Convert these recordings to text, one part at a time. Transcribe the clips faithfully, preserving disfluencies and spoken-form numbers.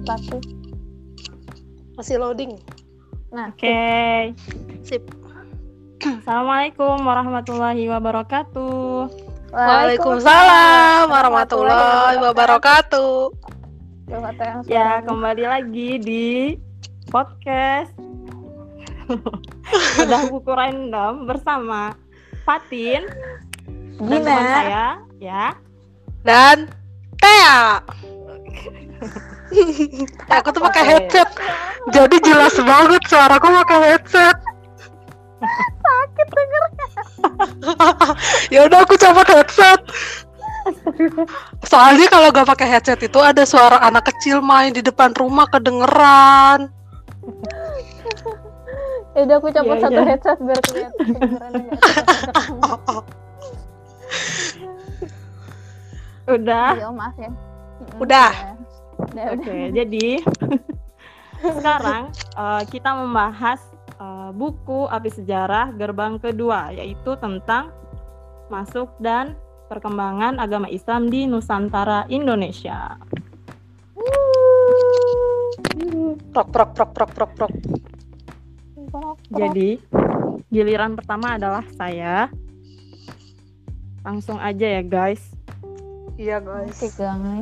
satu. Masih loading. Nah, Oke. Okay. Sip. Assalamualaikum warahmatullahi wabarakatuh. Waalaikumsalam warahmatullahi wabarakatuh. Ya, kembali lagi di podcast Udah Buku Random bersama Fatin dan teman saya, ya. Dan Tea. Aku tuh pakai headset, jadi jelas banget suaraku pakai headset. Sakit dengernya. Ya udah aku copot headset. Soalnya kalau gak pakai headset itu ada suara anak kecil main di depan rumah kedengeran. Ya udah aku copot yeah, satu yeah. headset biar kelihatan kedengerannya. Udah. Iya, maaf ya. Udah. Udah, Oke, udah. jadi sekarang uh, kita membahas uh, buku Api Sejarah Gerbang Kedua, yaitu tentang masuk dan perkembangan agama Islam di Nusantara Indonesia. Prok prok prok prok prok prok. Jadi giliran pertama adalah saya. Langsung aja ya guys. Iya guys. Oke, guys.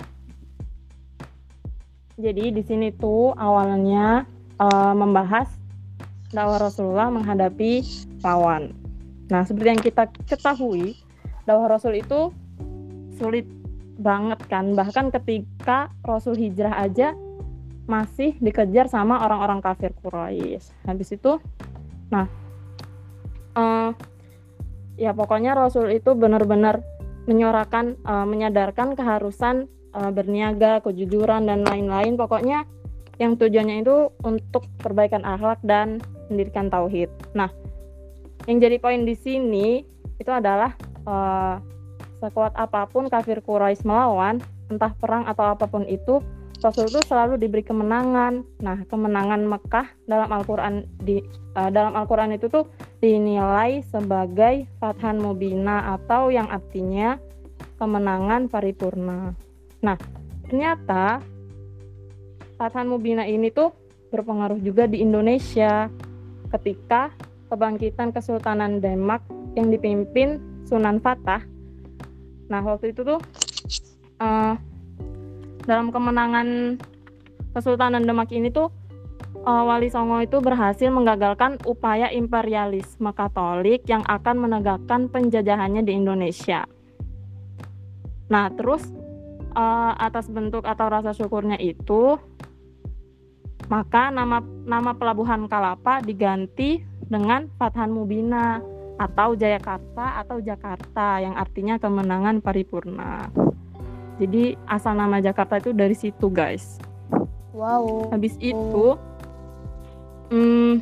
Jadi di sini tuh awalnya uh, membahas dakwah Rasulullah menghadapi lawan. Nah, seperti yang kita ketahui, dakwah Rasul itu sulit banget kan. Bahkan ketika Rasul hijrah aja masih dikejar sama orang-orang kafir Quraisy. Habis itu, nah, uh, ya pokoknya Rasul itu benar-benar menyuarakan, uh, menyadarkan keharusan uh, berniaga, kejujuran dan lain-lain. Pokoknya yang tujuannya itu untuk perbaikan akhlak dan mendirikan tauhid. Nah, yang jadi poin di sini itu adalah uh, sekuat apapun kafir Quraisy melawan, entah perang atau apapun itu, Rasul itu selalu diberi kemenangan. Nah, kemenangan Mekah dalam Al-Qur'an di uh, dalam Al-Qur'an itu tuh dinilai sebagai Fathan Mubina atau yang artinya kemenangan paripurna. Nah, ternyata Fathan Mubina ini tuh berpengaruh juga di Indonesia ketika kebangkitan Kesultanan Demak yang dipimpin Sunan Fatah. Nah, waktu itu tuh uh, dalam kemenangan Kesultanan Demak ini tuh uh, Wali Songo itu berhasil menggagalkan upaya imperialisme Katolik yang akan menegakkan penjajahannya di Indonesia. Nah, terus uh, atas bentuk atau rasa syukurnya itu, maka nama nama pelabuhan Kalapa diganti dengan Fathan Mubina atau Jayakarta atau Jakarta yang artinya kemenangan paripurna. Jadi asal nama Jakarta itu dari situ guys. Wow. Habis itu hmm,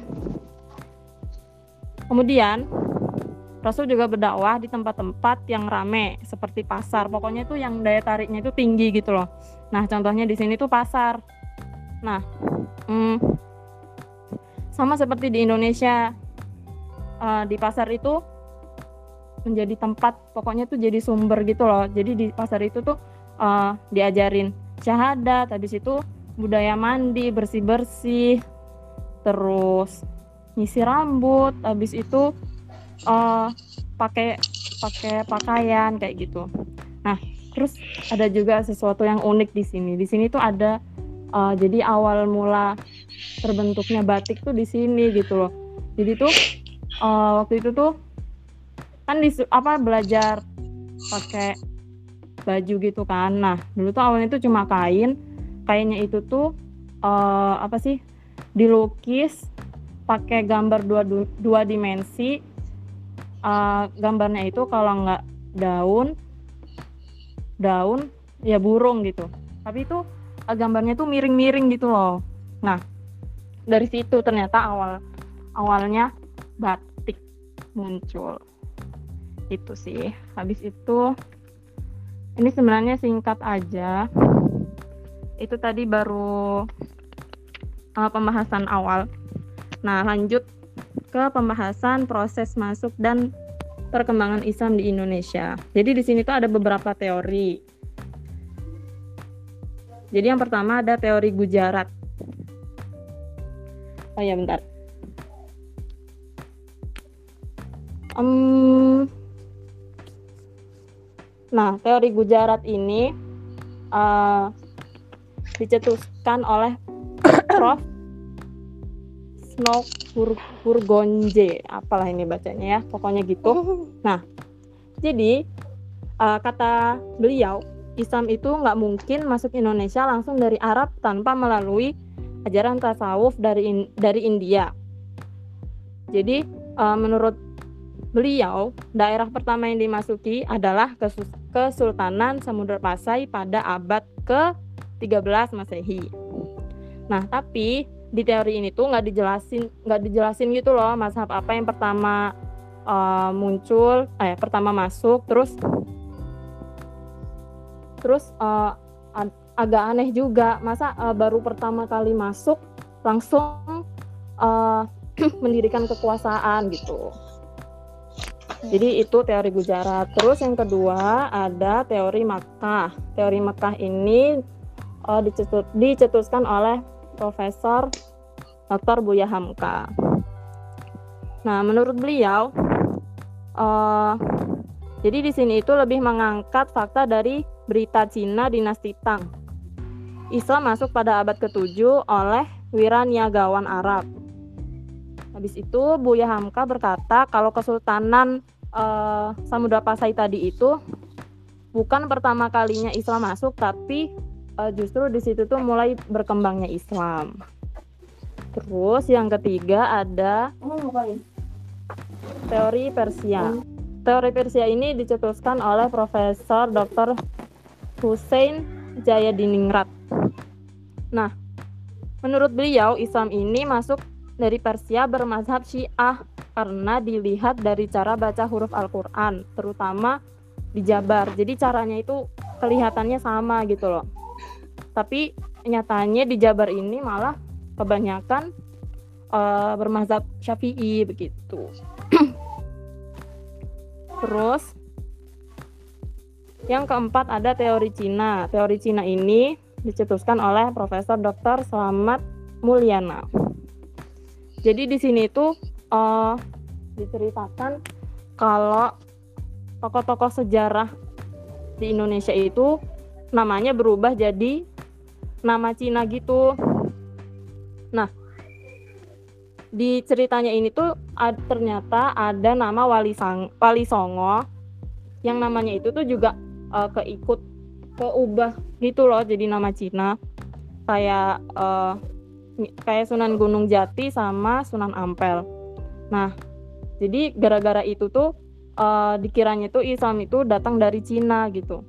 kemudian Rasul juga berdakwah di tempat-tempat yang rame seperti pasar. Pokoknya itu yang daya tariknya itu tinggi gitu loh. Nah, contohnya di sini tuh pasar. Nah, hmm, sama seperti di Indonesia, uh, di pasar itu menjadi tempat, pokoknya tuh jadi sumber gitu loh. Jadi di pasar itu tuh uh, diajarin syahadat, habis itu budaya mandi, bersih-bersih, terus nyisir rambut, habis itu uh, pakai pakai pakaian kayak gitu. Nah, terus ada juga sesuatu yang unik di sini. Di sini tuh ada uh, jadi awal mula terbentuknya batik tuh di sini gitu loh. Jadi tuh uh, waktu itu tuh kan di apa belajar pakai baju gitu kan. Nah, dulu tuh awalnya tuh cuma kain. Kainnya itu tuh uh, apa sih? Dilukis pakai gambar dua dua dimensi. Uh, gambarnya itu kalau nggak daun daun ya burung gitu. Tapi itu uh, gambarnya tuh miring-miring gitu loh. Nah, dari situ ternyata awal awalnya batik muncul. Itu sih. Habis itu ini sebenarnya singkat aja. Itu tadi baru uh, pembahasan awal. Nah, lanjut ke pembahasan proses masuk dan perkembangan Islam di Indonesia. Jadi di sini tuh ada beberapa teori. Jadi yang pertama ada teori Gujarat. Oh ya bentar. Um, nah teori Gujarat ini uh, dicetuskan oleh Prof Snow Burgonje, apalah ini bacanya ya, pokoknya gitu. Nah, jadi uh, kata beliau, Islam itu nggak mungkin masuk Indonesia langsung dari Arab tanpa melalui ajaran tasawuf dari in, dari India. Jadi uh, menurut beliau, daerah pertama yang dimasuki adalah Kesultanan Samudra Pasai pada abad ke tiga belas Masehi. Nah, tapi di teori ini tuh nggak dijelasin, nggak dijelasin gitu loh, mazhab apa yang pertama uh, muncul, eh pertama masuk, terus terus uh, ag- agak aneh juga, masa uh, baru pertama kali masuk langsung uh, mendirikan kekuasaan gitu. Jadi itu teori Gujarat. Terus yang kedua ada teori Makkah. Teori Makkah ini uh, dicetus, dicetuskan oleh Profesor doktor Buya Hamka. Nah, menurut beliau, uh, jadi di sini itu lebih mengangkat fakta dari berita Cina dinasti Tang. Islam masuk pada abad ketujuh oleh Wiraniagawan Arab. Habis itu Buya Hamka berkata kalau Kesultanan uh, Samudra Pasai tadi itu bukan pertama kalinya Islam masuk, tapi uh, justru di situ tuh mulai berkembangnya Islam. Terus yang ketiga ada teori Persia. Teori Persia ini dicetuskan oleh Profesor doktor Hussein Jayadiningrat. Nah, menurut beliau Islam ini masuk dari Persia bermazhab Syiah karena dilihat dari cara baca huruf Al-Quran, terutama di Jabar. Jadi caranya itu kelihatannya sama gitu loh. Tapi nyatanya di Jabar ini malah kebanyakan uh, bermazhab Syafi'i begitu. Terus yang keempat ada teori Cina. Teori Cina ini dicetuskan oleh Profesor doktor Slamet Mulyana. Jadi di sini itu uh, diceritakan kalau tokoh-tokoh sejarah di Indonesia itu namanya berubah jadi nama Cina gitu. Nah, di ceritanya ini tuh ad, ternyata ada nama Wali, Sang, Wali Songo yang namanya itu tuh juga uh, keikut keubah gitu loh jadi nama Cina, kayak uh, kayak Sunan Gunung Jati sama Sunan Ampel. Nah, jadi gara-gara itu tuh uh, dikiranya tuh Islam itu datang dari Cina gitu.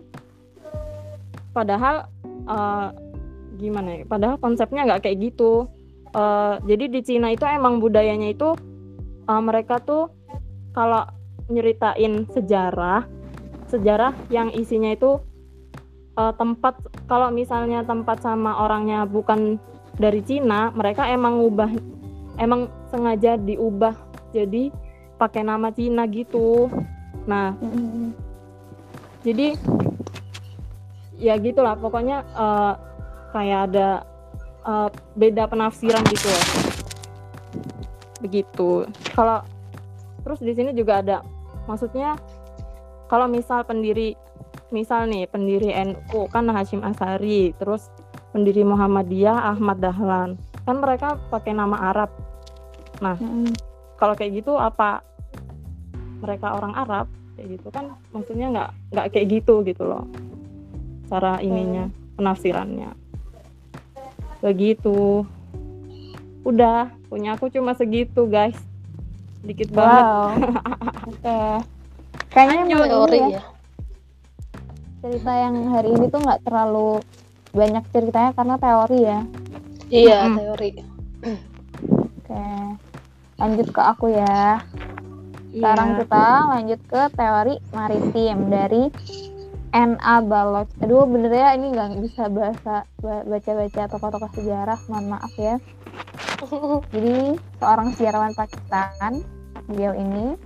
Padahal uh, gimana ya? Padahal konsepnya nggak kayak gitu. Uh, jadi di Cina itu emang budayanya itu uh, mereka tuh kalau nyeritain sejarah, sejarah yang isinya itu uh, tempat, kalau misalnya tempat sama orangnya bukan dari Cina, mereka emang ngubah, emang sengaja diubah jadi pakai nama Cina gitu. Nah, mm-hmm. jadi ya gitulah pokoknya uh, kayak ada uh, beda penafsiran gitu loh. Begitu. Kalau terus di sini juga ada, maksudnya kalau misal pendiri, misal nih pendiri N U kan Hasyim Asy'ari, terus pendiri Muhammadiyah Ahmad Dahlan, kan mereka pakai nama Arab. Nah, mm-hmm. kalau kayak gitu apa mereka orang Arab? Kayak gitu kan, maksudnya nggak nggak kayak gitu gitu loh cara ininya, penafsirannya. Begitu. Udah, punya aku cuma segitu guys, dikit wow. banget. Oke. Okay. Kayaknya Lanjut, teori ya. ya. Cerita yang hari ini tuh nggak terlalu banyak ceritanya karena teori ya. Iya, Mm-hmm. teori. Oke, lanjut ke aku ya. Sekarang Iya. kita lanjut ke teori maritim dari N A Baloch. Aduh bener ya, ini nggak bisa bahasa baca-baca tokoh-tokoh sejarah, mohon maaf ya. Jadi seorang sejarawan Pakistan, beliau ini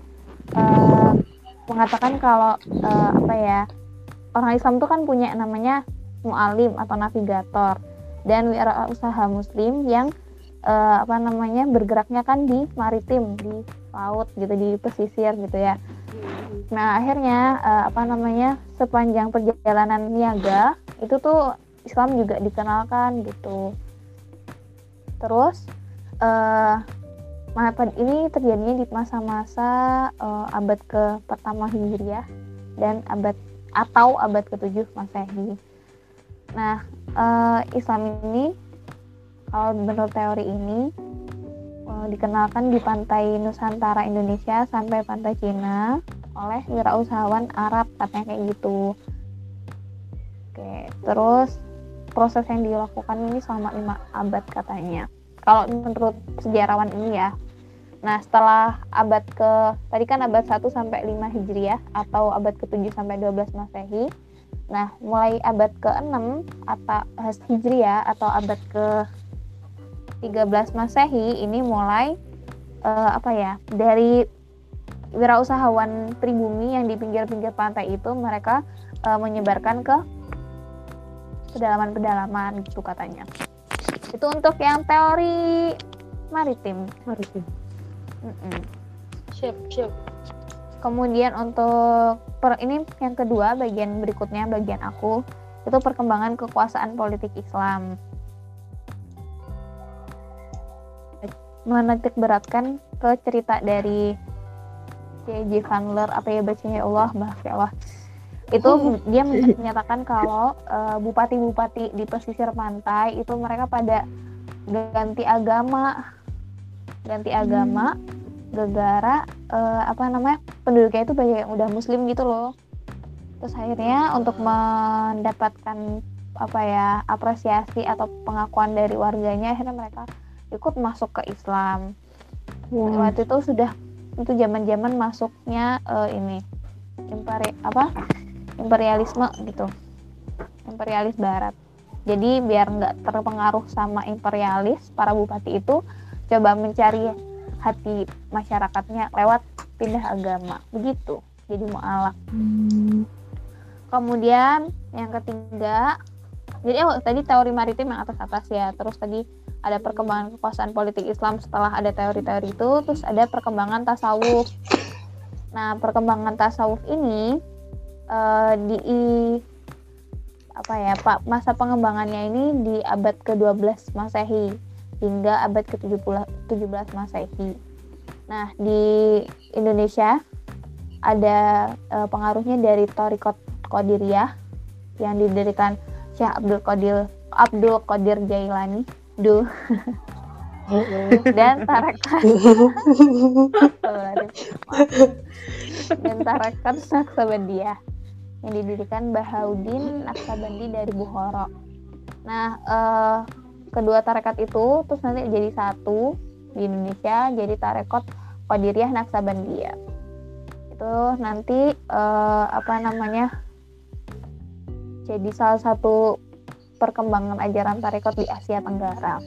uh, mengatakan kalau uh, apa ya, orang Islam tuh kan punya namanya mu'alim atau navigator, dan wirausaha muslim yang uh, apa namanya bergeraknya kan di maritim, di laut gitu, di pesisir gitu ya. Nah akhirnya uh, apa namanya sepanjang perjalanan niaga itu tuh Islam juga dikenalkan gitu. Terus uh, ini terjadinya di masa-masa uh, abad ke pertama Hijriah dan abad atau abad ketujuh Masehi. Nah, uh, Islam ini kalau menurut teori ini uh, dikenalkan di pantai Nusantara Indonesia sampai pantai Cina oleh wirausahawan Arab, katanya kayak gitu. Oke, terus proses yang dilakukan ini selama lima abad katanya. Kalau menurut sejarawan ini ya. Nah, setelah abad ke tadi kan abad satu sampai lima Hijriah atau abad ke tujuh sampai dua belas Masehi. Nah, mulai abad ke enam atau Hijriah atau abad ke tiga belas Masehi ini mulai uh, apa ya? Dari wirausahawan pribumi yang di pinggir-pinggir pantai itu mereka uh, menyebarkan ke pedalaman-pedalaman gitu katanya. Itu untuk yang teori maritim. Maritim. Mm-mm. Siap, siap. Kemudian untuk per, ini yang kedua, bagian berikutnya bagian aku itu perkembangan kekuasaan politik Islam. Menitik beratkan ke cerita dari C J Candler, apa ya bacanya, Allah bahasa Allah. Itu dia menyatakan kalau uh, bupati-bupati di pesisir pantai itu mereka pada ganti agama ganti agama hmm. gara-gara uh, apa namanya penduduknya itu banyak yang udah muslim gitu loh. Terus akhirnya untuk mendapatkan apa ya apresiasi atau pengakuan dari warganya, akhirnya mereka ikut masuk ke Islam. hmm. Waktu itu sudah itu zaman-zaman masuknya uh, ini imperi apa imperialisme gitu, imperialis barat. Jadi biar nggak terpengaruh sama imperialis, para bupati itu coba mencari hati masyarakatnya lewat pindah agama begitu, jadi mu'alaf. hmm. Kemudian yang ketiga, jadi oh, tadi teori maritim yang atas-atas ya, terus tadi ada perkembangan kekuasaan politik Islam setelah ada teori-teori itu, terus ada perkembangan tasawuf. Nah, perkembangan tasawuf ini Uh, di apa ya Pak masa pengembangannya ini di abad ke dua belas Masehi hingga abad ke tujuh belas Masehi. Nah, di Indonesia ada uh, pengaruhnya dari Thariqat Qadiriyah yang didirikan Syekh Abdul Qadir Abdul Qadir Jailani, duh. dan tarekat dan tarekat Naksabandiyah yang didirikan Bahauddin Naksabandi dari Bukhara. Nah, eh, kedua tarekat itu terus nanti jadi satu di Indonesia, jadi tarekat Qadiriyah Naksabandiyah. Itu nanti eh, apa namanya? Jadi salah satu perkembangan ajaran tarekat di Asia Tenggara.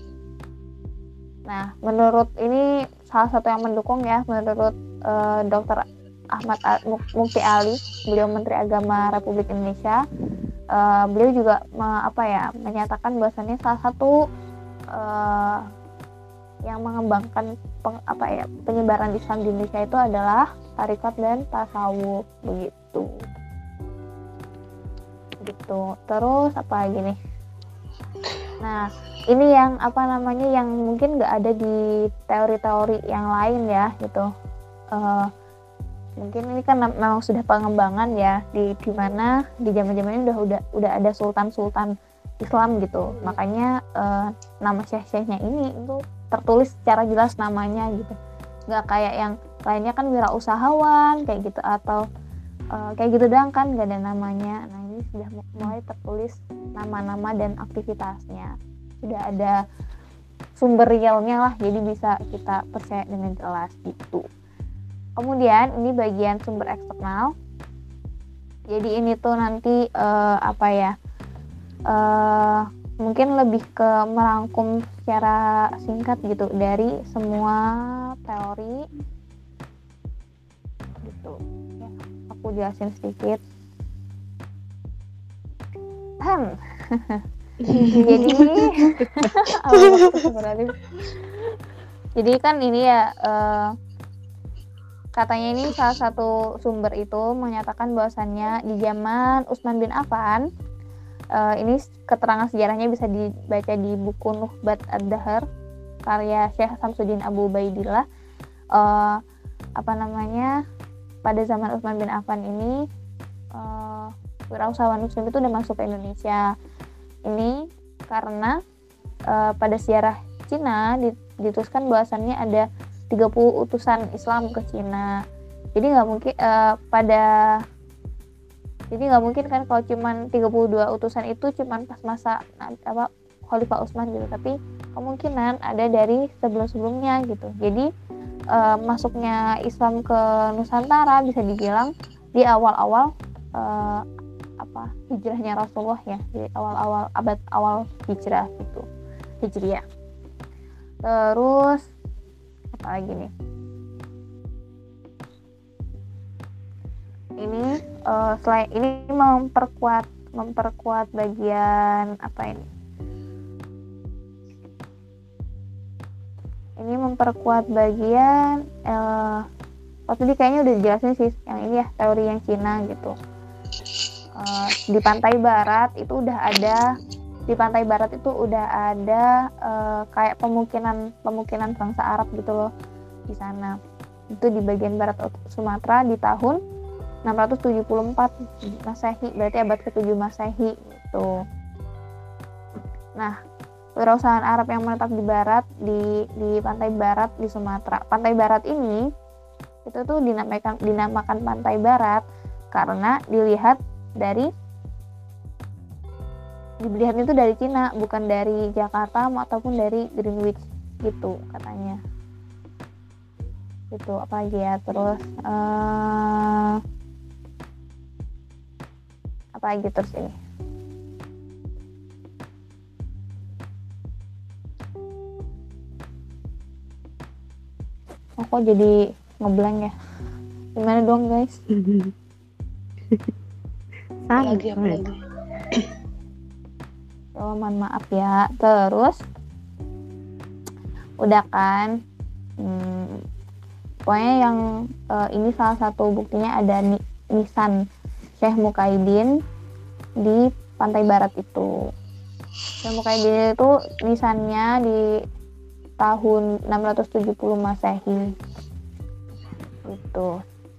Nah, menurut ini salah satu yang mendukung ya, menurut eh, Dokter Ahmad Mukti Ali, beliau Menteri Agama Republik Indonesia, uh, beliau juga me, apa ya menyatakan bahwasannya salah satu uh, yang mengembangkan peng, apa ya penyebaran Islam di Indonesia itu adalah tarekat dan tasawuf begitu. Gitu. Terus apa lagi nih? Nah, ini yang apa namanya yang mungkin nggak ada di teori-teori yang lain ya gitu. Uh, mungkin ini kan memang sudah pengembangan ya di di mana di zaman-zaman ini udah udah udah ada sultan-sultan Islam gitu, makanya uh, nama syekh-syekhnya ini itu tertulis secara jelas namanya gitu, nggak kayak yang lainnya kan wirausahawan kayak gitu atau uh, kayak gitu doang kan nggak ada namanya. Nah, ini sudah mulai tertulis nama-nama dan aktivitasnya, sudah ada sumber realnya lah, jadi bisa kita percaya dengan jelas gitu. Kemudian ini bagian sumber eksternal. Jadi ini tuh nanti uh, apa ya? Uh, mungkin lebih ke merangkum secara singkat gitu dari semua teori gitu. Ya, aku jelasin sedikit. Hmm. Jadi Astagfirullahaladzim. Jadi kan ini ya eh, katanya ini salah satu sumber itu menyatakan bahwasannya di zaman Utsman bin Affan, eh, ini keterangan sejarahnya bisa dibaca di buku Nukhbat ad-Dahr karya Syekh Samsuddin Abu Ubaidillah. Eh, apa namanya, pada zaman Utsman bin Affan ini eh, wirausahawan Muslim itu udah masuk ke Indonesia. Ini karena uh, pada sejarah Cina dituliskan bahwasannya ada tiga puluh utusan Islam ke Cina. Jadi nggak mungkin uh, pada jadi nggak mungkin kan kalau cuman tiga puluh dua utusan itu cuman pas masa apa Khalifah Utsman gitu, tapi kemungkinan ada dari sebelum-sebelumnya gitu. Jadi uh, masuknya Islam ke Nusantara bisa dibilang di awal-awal uh, apa hijrahnya Rasulullah ya, di awal-awal abad awal hijrah gitu, hijriah. Terus apa lagi nih? Ini uh, selain ini memperkuat memperkuat bagian apa ini? Ini memperkuat bagian uh, oh tadi kayaknya udah dijelasin sih yang ini ya, teori yang Cina gitu. Uh, di pantai barat itu udah ada di pantai barat itu udah ada uh, kayak pemukiman pemukiman bangsa Arab gitu loh di sana. Itu di bagian barat Sumatera di tahun enam ratus tujuh puluh empat Masehi, berarti abad ketujuh Masehi gitu. Nah, wirausahaan Arab yang menetap di barat di di pantai barat di Sumatera. Pantai barat ini itu tuh dinamakan dinamakan pantai barat karena dilihat dari dilihat itu dari Cina, bukan dari Jakarta ataupun dari Greenwich gitu katanya. Itu apa lagi ya? Terus uh, apa lagi terus ini? Oh, kok jadi ngeblank ya? Gimana dong guys? Apa lagi apa lagi? Oh, mohon maaf ya. Terus udah kan, hmm, pokoknya yang uh, ini salah satu buktinya ada ni- nisan Syekh Mukaidin di pantai barat itu. Syekh Mukaidin itu nisannya di tahun enam ratus tujuh puluh Masehi gitu.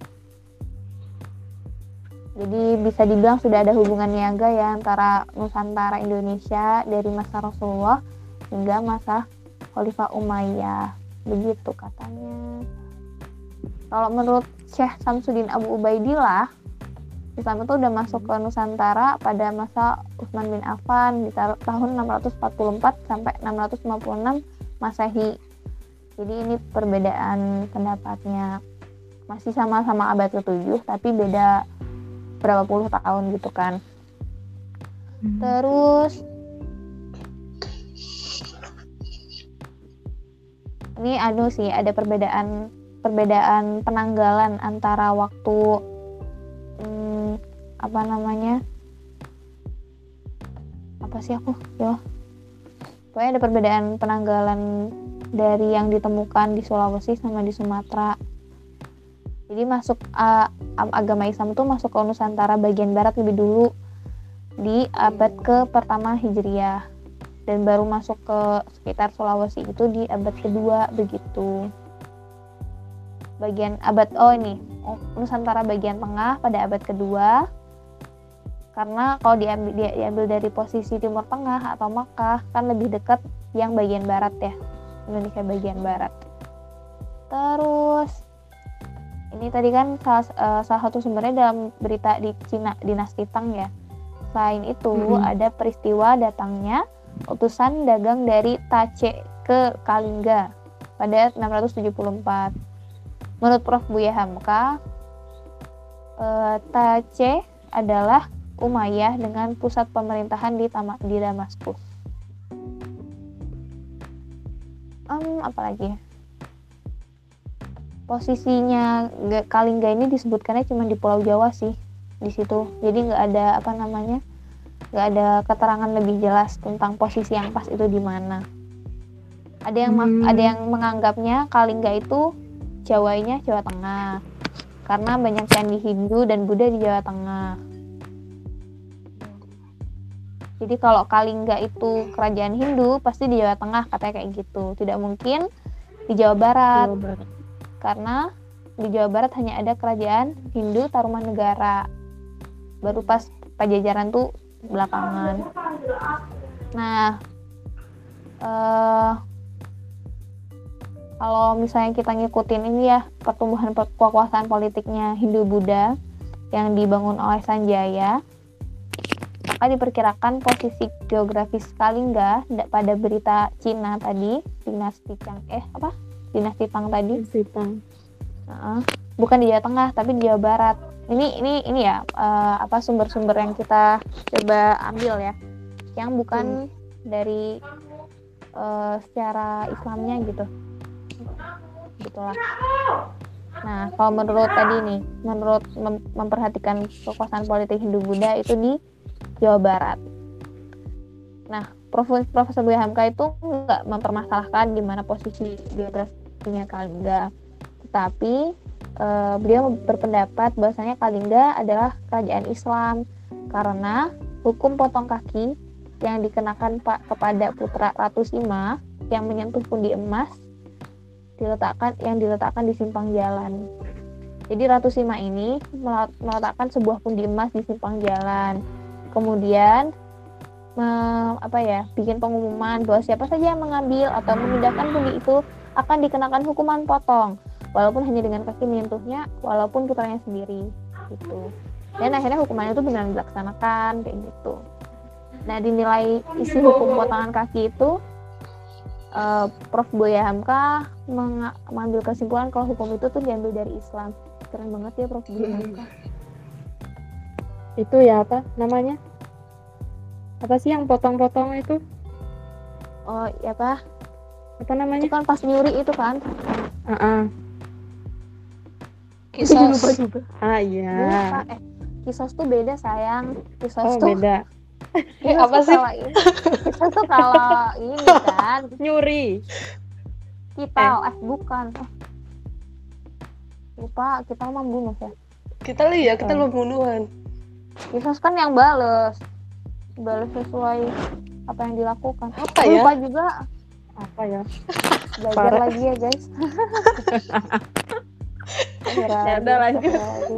Jadi bisa dibilang sudah ada hubungan niaga ya antara Nusantara Indonesia dari masa Rasulullah hingga masa Khalifah Umayyah, begitu katanya. Kalau menurut Syekh Samsuddin Abu Ubaidillah, Islam itu udah masuk ke Nusantara pada masa Utsman bin Affan di tahun enam ratus empat puluh empat sampai enam ratus lima puluh enam Masehi. Jadi ini perbedaan pendapatnya. Masih sama-sama abad ketujuh tapi beda berapa puluh tahun gitu kan. Hmm. Terus ini anu sih ada perbedaan perbedaan penanggalan antara waktu hmm, apa namanya apa sih aku ya pokoknya ada perbedaan penanggalan dari yang ditemukan di Sulawesi sama di Sumatera. Jadi masuk uh, agama Islam itu masuk ke Nusantara bagian barat lebih dulu di abad ke pertama Hijriah dan baru masuk ke sekitar Sulawesi itu di abad kedua begitu. Bagian abad oh ini oh, Nusantara bagian tengah pada abad kedua karena kalau diambil, dia, diambil dari posisi Timur Tengah atau Makkah kan lebih dekat yang bagian barat ya, Indonesia bagian barat. Terus ini tadi kan salah, uh, salah satu sumbernya dalam berita di Cina dinasti Tang ya. Selain itu mm-hmm. ada peristiwa datangnya utusan dagang dari Tache ke Kalingga pada enam ratus tujuh puluh empat. Menurut Profesor Buya Hamka, uh, Tache adalah Umayyah dengan pusat pemerintahan di, Tama, di Damaskus. Um, apalagi? Posisinya Kalingga ini disebutkannya cuma di Pulau Jawa sih di situ. Jadi nggak ada apa namanya nggak ada keterangan lebih jelas tentang posisi yang pas itu di mana. Ada yang Hmm. ada yang menganggapnya Kalingga itu Jawanya Jawa Tengah karena banyak candi Hindu dan Buddha di Jawa Tengah. Jadi kalau Kalingga itu kerajaan Hindu pasti di Jawa Tengah, katanya kayak gitu. Tidak mungkin di Jawa Barat, Jawa Barat. karena di Jawa Barat hanya ada kerajaan Hindu Tarumanegara. Baru pas Pajajaran tuh belakangan. Nah, eh, kalau misalnya kita ngikutin ini ya pertumbuhan kekuasaan politiknya Hindu Buddha yang dibangun oleh Sanjaya, maka diperkirakan posisi geografis Kalingga pada berita Cina tadi, dinasti Tang eh apa? Dinasti Tang tadi, Sipang. uh, bukan di Jawa Tengah tapi di Jawa Barat. Ini ini ini ya uh, apa sumber-sumber yang kita coba ambil ya, yang bukan hmm. dari uh, secara Islamnya gitu. Gitulah. Nah, kalau menurut tadi nih, menurut mem- memperhatikan kekuasaan politik Hindu Buddha itu di Jawa Barat. Nah, Prof- Profesor Buya Hamka itu nggak mempermasalahkan di mana posisi geografinya Kalingga, tetapi eh, beliau berpendapat bahwasanya Kalingga adalah kerajaan Islam karena hukum potong kaki yang dikenakan Pak kepada putra Ratu Sima yang menyentuh pundi emas diletakkan yang diletakkan di simpang jalan. Jadi Ratu Sima ini meletakkan sebuah pundi emas di simpang jalan. Kemudian me, apa ya, bikin pengumuman bahwa siapa saja yang mengambil atau memindahkan pundi itu akan dikenakan hukuman potong, walaupun hanya dengan kaki menyentuhnya, walaupun putranya sendiri gitu. Dan akhirnya hukuman itu benar dilaksanakan kayak gitu. Nah, dinilai isi hukum potongan kaki itu Uh, Prof Buya Hamka meng- mengambil kesimpulan kalau hukum itu tuh diambil dari Islam. Keren banget ya Prof Buya Hamka. Itu ya apa namanya? Apa sih yang potong-potong itu? Oh ya apa? Apa namanya? Itu kan pas nyuri itu kan? Uh-uh. Kisos. Lupa juga. Ah iya. Lupa. Eh, kisos tuh beda sayang. Kisos Oh tuh beda. Eh, apa sih? Kalau ini, kisos tuh kalau ini kan Nyuri. kita eh, eh bukan. Eh. Lupa, kita membunuh ya. Kita lihat, kita Oh. pembunuhan. Kisos kan yang bales. Bales sesuai apa yang dilakukan. Apa ya? Lupa juga. Apa ya? Belajar Parah. lagi ya guys. Ya udah lanjut.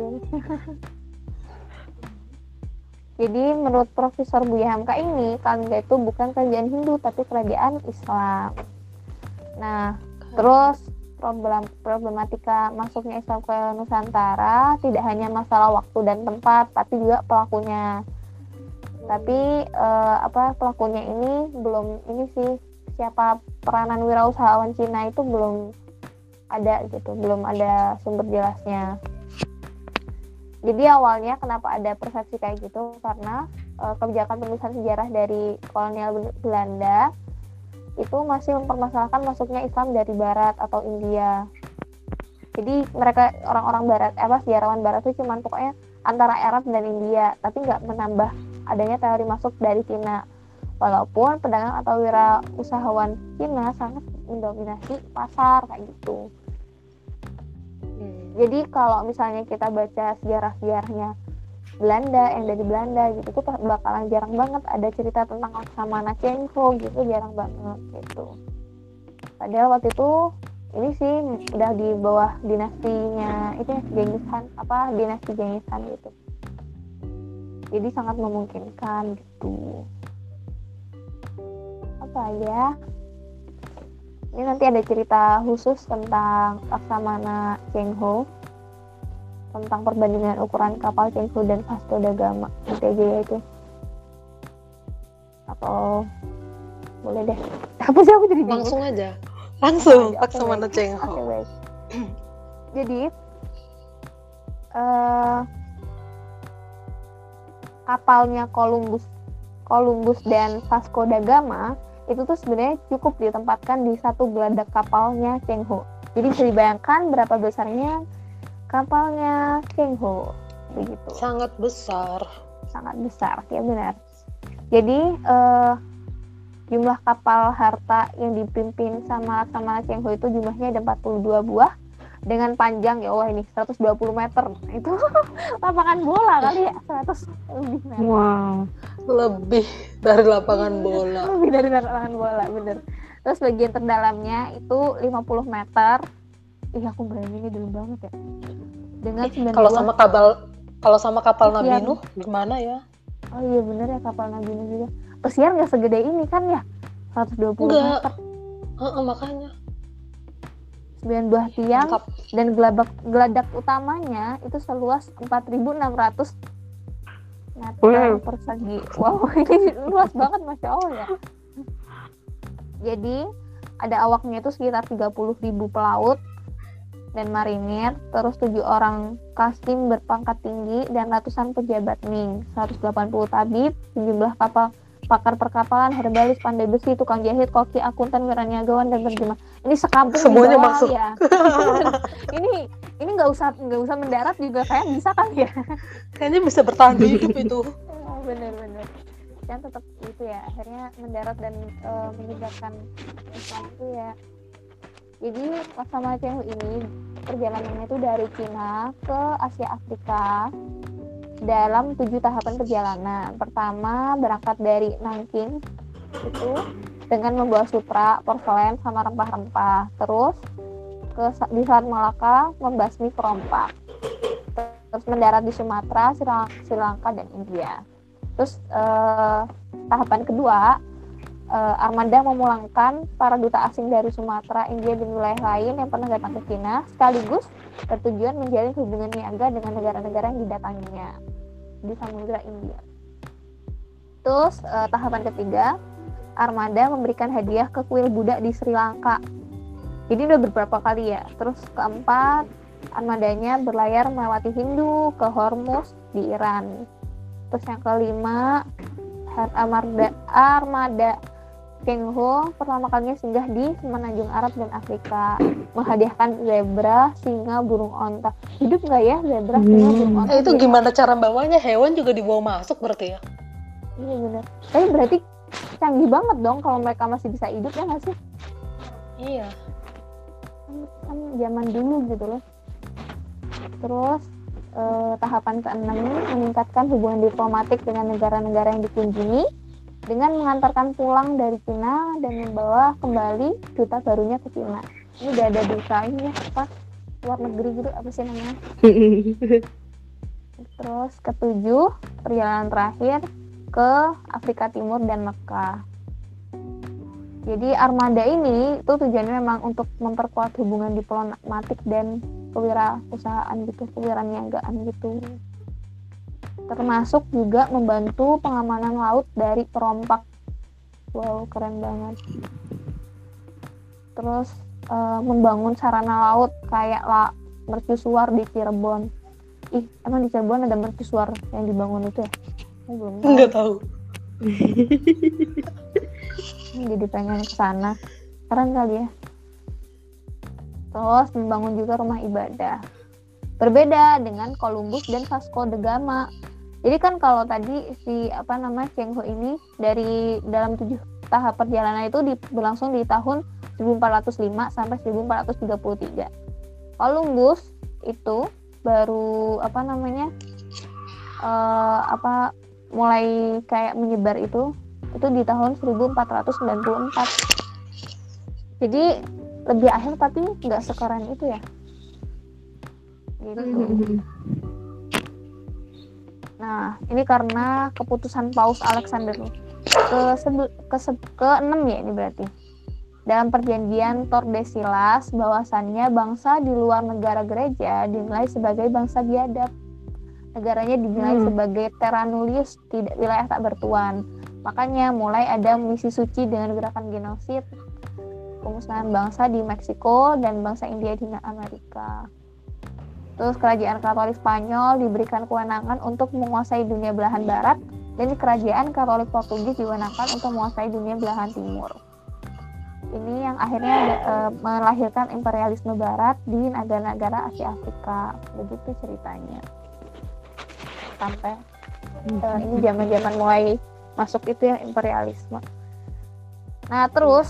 Jadi menurut Profesor Buya Hamka ini, Kalingga itu bukan kerajaan Hindu tapi kerajaan Islam. Nah, terus problem problematika masuknya Islam ke Nusantara tidak hanya masalah waktu dan tempat, tapi juga pelakunya. Tapi eh, apa pelakunya ini belum ini sih siapa peranan wirausahawan Cina itu belum ada gitu, belum ada sumber jelasnya. Jadi awalnya kenapa ada persepsi kayak gitu karena e, kebijakan penulisan sejarah dari kolonial Belanda itu masih mempermasalahkan masuknya Islam dari Barat atau India. Jadi mereka orang-orang Barat, eh, apa sejarawan Barat itu cuma pokoknya antara Arab dan India, tapi nggak menambah adanya teori masuk dari Cina. Walaupun pedagang atau wirausahawan Cina sangat mendominasi pasar kayak gitu. Jadi kalau misalnya kita baca sejarah-sejarahnya Belanda yang dari Belanda gitu tuh bakalan jarang banget ada cerita tentang Laksamana Cheng Ho gitu, jarang banget gitu. Padahal waktu itu ini sih udah di bawah dinastinya itu Genghis Khan, apa dinasti Genghis Khan gitu. Jadi sangat memungkinkan gitu. Apa ya? Ini nanti ada cerita khusus tentang Laksamana Cheng Ho, tentang perbandingan ukuran kapal Cheng Ho dan Vasco da Gama. Nanti aja ya itu. Atau boleh deh. Apa sih aku jadi bingung? Langsung aja. Langsung. Oke, Laksamana baik. Cheng Ho. Oke, baik. Jadi uh, kapalnya Columbus, Columbus dan Vasco da Gama itu tuh sebenarnya cukup ditempatkan di satu geladak kapalnya Cheng Ho. Jadi bisa dibayangkan berapa besarnya kapalnya Cheng Ho begitu. Sangat besar. Sangat besar, ya benar. Jadi eh, jumlah kapal harta yang dipimpin sama Laksamana Cheng Ho itu jumlahnya ada empat puluh dua buah dengan panjang ya Allah ini seratus dua puluh meter. Itu lapangan bola kali ya, seratus lebih meter. Wow. Lebih dari lapangan bola. Lebih dari lapangan bola, bener. Terus bagian terdalamnya itu lima puluh meter. Ih, aku bayanginnya dalam banget ya. Dengan sembilan Kalau buah. sama kapal kalau sama kapal Nabi Pesiar. Nuh gimana ya? Oh iya bener ya, kapal Nabi Nuh juga. Pesiar nggak segede ini kan ya? seratus dua puluh Enggak. meter. Heeh, makanya. sembilan buah tiang Lengkap. dan geladak geladak utamanya itu seluas empat ribu enam ratus meter Wow. persegi. Wow, ini luas banget Masya Allah ya. Jadi ada awaknya itu sekitar tiga puluh ribu pelaut dan marinir, terus tujuh orang kastim berpangkat tinggi dan ratusan pejabat Ming, seratus delapan puluh tabib, sejumlah kapal pakar perkapalan, herbalis, pandai besi, tukang jahit, koki, akuntan, wiraniagawan dan penerjemah. Ini sekampung Semuanya dibawa masuk. ya. ini ini nggak usah nggak usah mendarat juga kayak bisa kali ya. Kayaknya bisa bertahan hidup itu. Oh, bener-bener kan tetap itu ya, akhirnya mendarat dan uh, menegakkan Islam itu ya. Jadi Laksamana Cheng Ho ini perjalanannya itu dari Cina ke Asia Afrika dalam tujuh tahapan perjalanan. Pertama berangkat dari Nanking itu dengan membawa sutra, porselen sama rempah-rempah. Terus ke di Selat Malaka membasmi perompak. Terus mendarat di Sumatera, Sri Lanka dan India. Terus eh, tahapan kedua eh, armada memulangkan para duta asing dari Sumatera, India dan wilayah lain yang pernah datang ke Cina, sekaligus bertujuan menjalin hubungan niaga dengan negara-negara yang didatanginya di Samudra India. Terus eh, tahapan ketiga, armada memberikan hadiah ke kuil Buddha di Sri Lanka. Jadi udah beberapa kali ya. Terus keempat, armadanya berlayar melewati Hindu ke Hormuz di Iran. Terus yang kelima, armada armada Cheng Ho pertama kalinya singgah di semenanjung Arab dan Afrika, menghadiahkan zebra, singa, burung onta. Hidup nggak ya zebra, singa, burung onta? Eh, itu gimana cara bawanya? Hewan juga dibawa masuk berarti ya? Iya benar. Tapi berarti canggih banget dong kalau mereka masih bisa hidup ya nggak sih? Iya. Kan, kan zaman dulu gitu loh. Terus eh, tahapan keenam meningkatkan hubungan diplomatik dengan negara-negara yang dikunjungi dengan mengantarkan pulang dari Cina dan membawa kembali duta barunya ke Cina. Ini udah ada duta ini ya, apa luar negeri gitu, apa sih namanya? Terus ketujuh, perjalanan terakhir ke Afrika Timur dan Mekah. Jadi armada ini itu tujuannya memang untuk memperkuat hubungan diplomatik dan kewirausahaan gitu, kewiraniagaan gitu. Termasuk juga membantu pengamanan laut dari perompak. Wow, keren banget. Terus e, membangun sarana laut kayak la, mercusuar di Cirebon. Ih, emang di Cirebon ada mercusuar yang dibangun itu ya? Oh, belum tahu. Nggak tahu. Jadi pengen ke sana. Keren kali ya. Terus membangun juga rumah ibadah. Berbeda dengan Columbus dan Vasco da Gama. Jadi kan kalau tadi si apa namanya Cheng Ho ini dari dalam tujuh tahap perjalanan itu di, berlangsung di tahun seribu empat ratus lima sampai seribu empat ratus tiga puluh tiga. Columbus itu baru apa namanya uh, apa mulai kayak menyebar itu itu di tahun seribu empat ratus sembilan puluh empat. Jadi lebih akhir tapi nggak sekeren itu ya. Gitu. Nah, ini karena keputusan Paus Alexander ke ke keenam ya ini berarti. Dalam perjanjian Tordesillas bahwasannya bangsa di luar negara gereja dinilai sebagai bangsa biadab. Negaranya dinilai hmm. sebagai terra nullius, tidak wilayah tak bertuan. Makanya mulai ada misi suci dengan gerakan genosid, pemusnahan bangsa di Meksiko dan bangsa India di Amerika. Terus kerajaan Katolik Spanyol diberikan kewenangan untuk menguasai dunia belahan barat dan kerajaan Katolik Portugis diwenangkan untuk menguasai dunia belahan timur. Ini yang akhirnya e, melahirkan imperialisme barat di negara-negara Asia Afrika. Begitu ceritanya. Sampai e, ini zaman-zaman mulai masuk itu ya imperialisme. Nah terus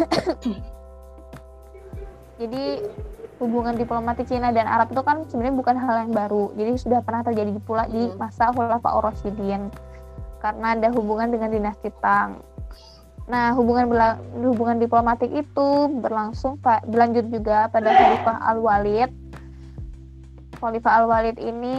jadi hubungan diplomatik Cina dan Arab itu kan sebenarnya bukan hal yang baru. Jadi sudah pernah terjadi pula di masa Khulafaur Rasyidin karena ada hubungan dengan dinasti Tang. Nah, hubungan bela- hubungan diplomatik itu berlangsung pa- berlanjut juga pada Khalifah Al-Walid. Khalifah Al-Walid ini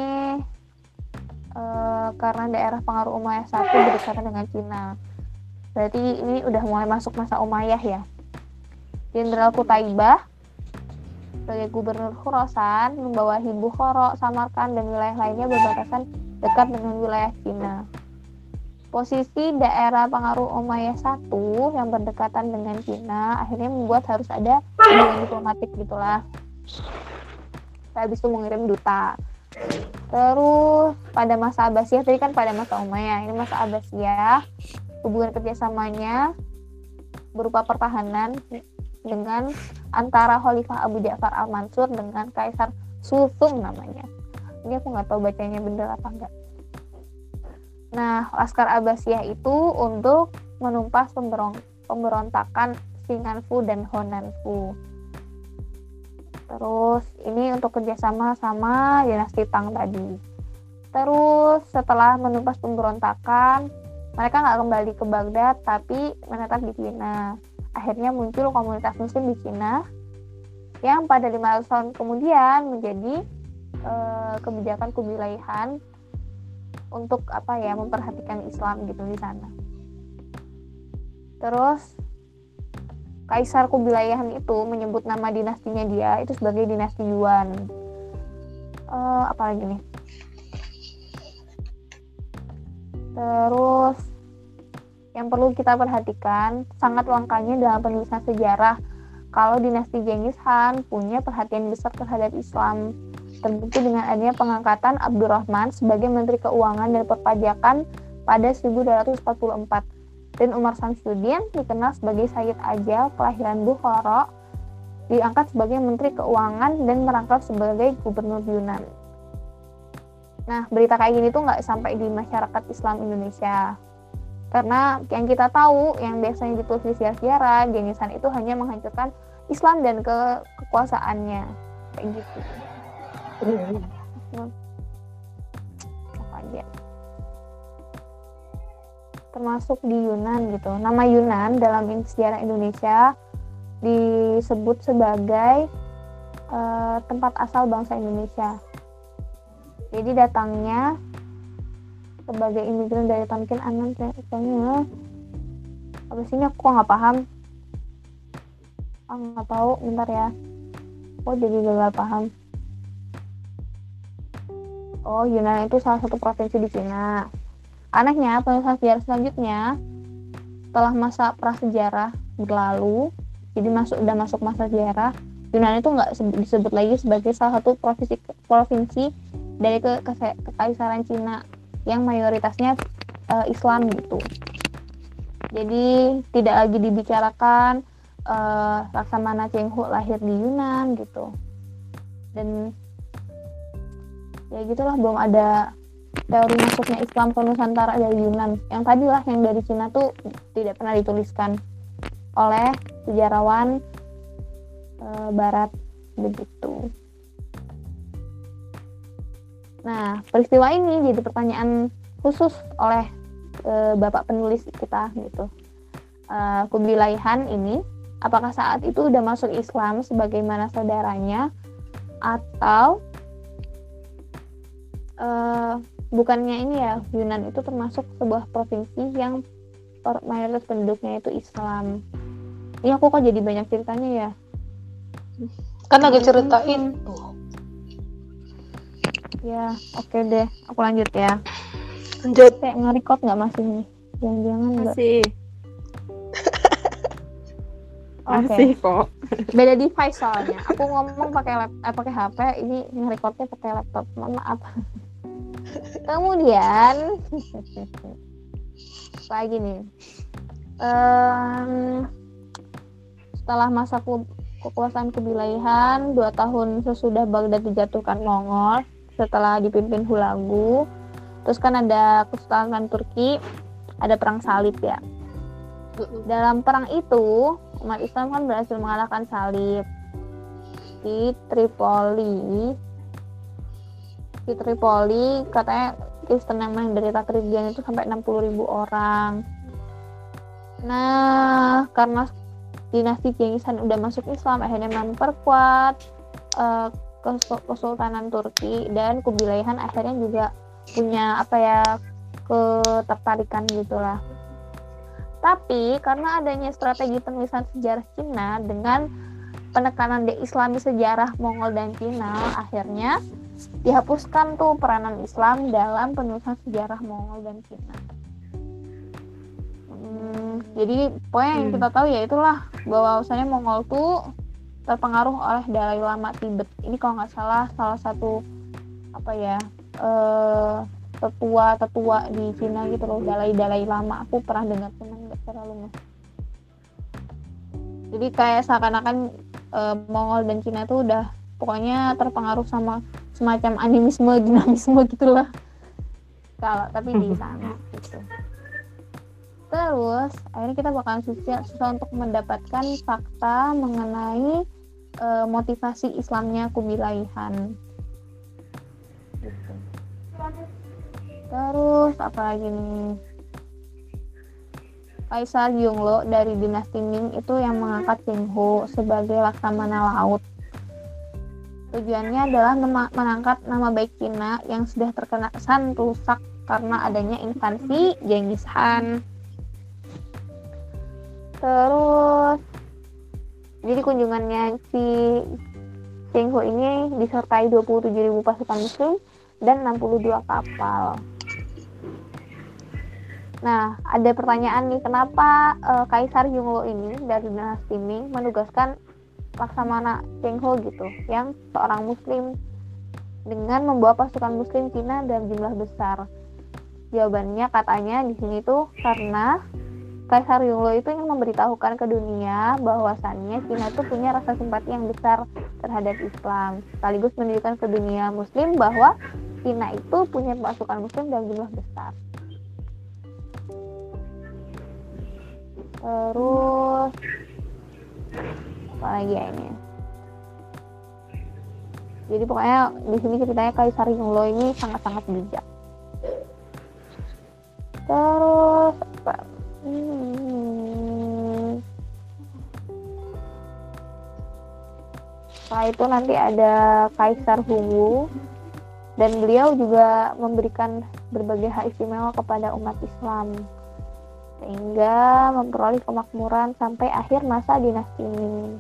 uh, karena daerah pengaruh Umayyah satu berdekatan dengan Cina. Berarti ini udah mulai masuk masa Umayyah ya. Jenderal Qutaibah sebagai gubernur Khurasan membawahi Bukhara, Samarkand dan wilayah lainnya berbatasan dekat dengan wilayah Cina. Posisi daerah pengaruh Umayyah satu yang berdekatan dengan Cina akhirnya membuat harus ada hubungan diplomatik gitulah. Habis itu mengirim duta. Terus pada masa Abbasiyah, tadi kan pada masa Umayyah, ini masa Abbasiyah, hubungan kerjasamanya berupa pertahanan dengan antara Khalifah Abu Ja'far Al-Mansur dengan Kaisar Sulsum namanya. Ini aku nggak tahu bacanya bener apa enggak. Nah, Laskar Abbasiyah itu untuk menumpas pemberong- pemberontakan Singanfu dan Honanfu. Terus ini untuk kerjasama sama dinasti Tang tadi. Terus setelah menumpas pemberontakan, mereka nggak kembali ke Baghdad tapi menetap di Cina. Akhirnya muncul komunitas Muslim di Cina yang pada lima ratus tahun kemudian menjadi e, kebijakan kewilayahan untuk apa ya memperhatikan Islam gitu di sana. Terus Kaisar Kubilayahan itu menyebut nama dinastinya dia itu sebagai dinasti Yuan. E, apa lagi nih? Terus yang perlu kita perhatikan sangat langkanya dalam penulisan sejarah kalau dinasti Genghis Khan punya perhatian besar terhadap Islam, terbukti dengan adanya pengangkatan Abdurrahman sebagai Menteri Keuangan dan Perpajakan pada seribu dua ratus empat puluh empat dan Umar Samsuddin dikenal sebagai Sayyid Ajal kelahiran Bukhara diangkat sebagai Menteri Keuangan dan merangkap sebagai Gubernur Yunan. Nah, berita kayak gini tuh nggak sampai di masyarakat Islam Indonesia. Karena yang kita tahu, yang biasanya ditulis di sejarah, Genghis Khan itu hanya menghancurkan Islam dan ke kekuasaannya. Kayak gitu. Apa aja. Termasuk di Yunan gitu. Nama Yunan dalam sejarah Indonesia disebut sebagai uh, tempat asal bangsa Indonesia. Jadi datangnya sebagai imigran dari Tonkin Anan kayaknya apa sih ini aku nggak paham. Ah nggak tahu, bentar ya. Oh jadi gagal paham. Oh Yunan itu salah satu provinsi di Cina. Anehnya penulisan sejarah selanjutnya setelah masa prasejarah berlalu, jadi masuk udah masuk masa sejarah, Yunan itu nggak disebut lagi sebagai salah satu provinsi provinsi dari ke, ke, kekaisaran Cina yang mayoritasnya uh, Islam gitu. Jadi tidak lagi dibicarakan uh, Laksamana Cheng Ho lahir di Yunan gitu. Dan ya gitulah, belum ada teori masuknya Islam ke Nusantara dari Yunan. Yang tadilah yang dari Cina tuh tidak pernah dituliskan oleh sejarawan uh, Barat begitu. Nah, peristiwa ini jadi pertanyaan khusus oleh e, Bapak penulis kita gitu. E, Kubilayahan ini, apakah saat itu udah masuk Islam sebagaimana saudaranya, atau e, bukannya ini ya, Yunan itu termasuk sebuah provinsi yang per, mayoritas penduduknya itu Islam. Ini aku kok jadi banyak ceritanya ya? Kan lagi cerita Hmm. itu. Ya, oke okay deh. Aku lanjut ya. Lanjut. Kayak nge-record nggak masih nih? Jangan-jangan nggak? Masih. Oke. Masih kok. Beda device soalnya. Aku ngomong pakai lap, eh, pakai H P, ini nge-recordnya pakai laptop. Mohon maaf. Kemudian lagi nih. Um, setelah masa ke- kekuasaan kewilayahan, dua tahun sesudah Baghdad dijatuhkan Mongol, setelah dipimpin Hulagu, terus kan ada Kesultanan Turki, ada perang salib ya. Dalam perang itu umat Islam kan berhasil mengalahkan salib di Tripoli. Di Tripoli katanya Kristen yang menderita kerugian itu sampai enam puluh ribu orang. Nah, karena dinasti Genghis Khan udah masuk Islam, akhirnya memperkuat uh, Kesultanan Turki, dan kewilayahan akhirnya juga punya apa ya ketertarikan gitulah. Tapi karena adanya strategi penulisan sejarah Cina dengan penekanan deislami sejarah Mongol dan Cina, akhirnya dihapuskan tuh peranan Islam dalam penulisan sejarah Mongol dan Cina. Hmm, jadi poin yang kita tahu ya itulah bahwa usahanya Mongol tuh terpengaruh oleh Dalai Lama Tibet. Ini kalau nggak salah salah satu apa ya eh, tetua-tetua di Cina gitu loh, Dalai-Dalai Lama. Aku pernah dengar cuman nggak terlalu nggak. Jadi kayak seakan-akan e, Mongol dan Cina itu udah pokoknya terpengaruh sama semacam animisme, dinamisme gitulah. Kalau tapi di sana gitu. Terus akhirnya kita bakalan susah, susah untuk mendapatkan fakta mengenai e, motivasi Islamnya Kubilaihan. Gitu. Terus apa lagi nih? Kaisar Yongle dari dinasti Ming itu yang mengangkat Cheng Ho sebagai laksamana laut. Tujuannya adalah nema- mengangkat nama baik Cina yang sudah terkena kesan rusak karena adanya invasi Genghis Khan. Terus jadi kunjungannya si Cheng Ho ini disertai dua puluh tujuh ribu pasukan muslim dan enam puluh dua kapal. Nah, ada pertanyaan nih, kenapa uh, Kaisar Yongle ini dari dinasti Ming menugaskan Laksamana Cheng Ho gitu, yang seorang muslim, dengan membawa pasukan muslim Cina dalam jumlah besar? Jawabannya katanya di sini tuh karena Kaisar Yongle itu ingin memberitahukan ke dunia bahwasannya Cina tuh punya rasa simpati yang besar terhadap Islam, sekaligus menunjukkan ke dunia muslim bahwa Cina itu punya pasukan muslim dalam jumlah besar. Terus apa lagi ya ini? Jadi pokoknya di sini ceritanya Kaisar Yongle ini sangat-sangat bijak. Terus apa? Hmm. Setelah itu nanti ada Kaisar Hongwu, dan beliau juga memberikan berbagai hak istimewa kepada umat Islam sehingga memperoleh kemakmuran sampai akhir masa dinasti Ming.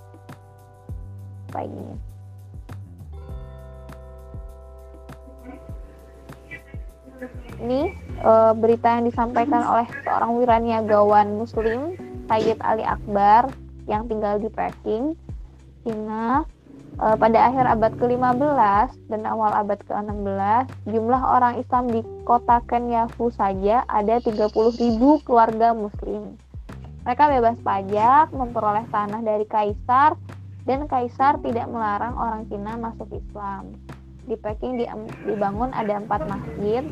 Apa ini? Ini e, berita yang disampaikan oleh seorang wiraniagawan muslim, Sayyid Ali Akbar, yang tinggal di Peking, Cina. E, pada akhir abad ke lima belas dan awal abad ke enam belas, jumlah orang Islam di kota Kenyafu saja ada tiga puluh ribu keluarga muslim. Mereka bebas pajak, memperoleh tanah dari kaisar, dan kaisar tidak melarang orang Cina masuk Islam. Di Peking dibangun ada empat masjid.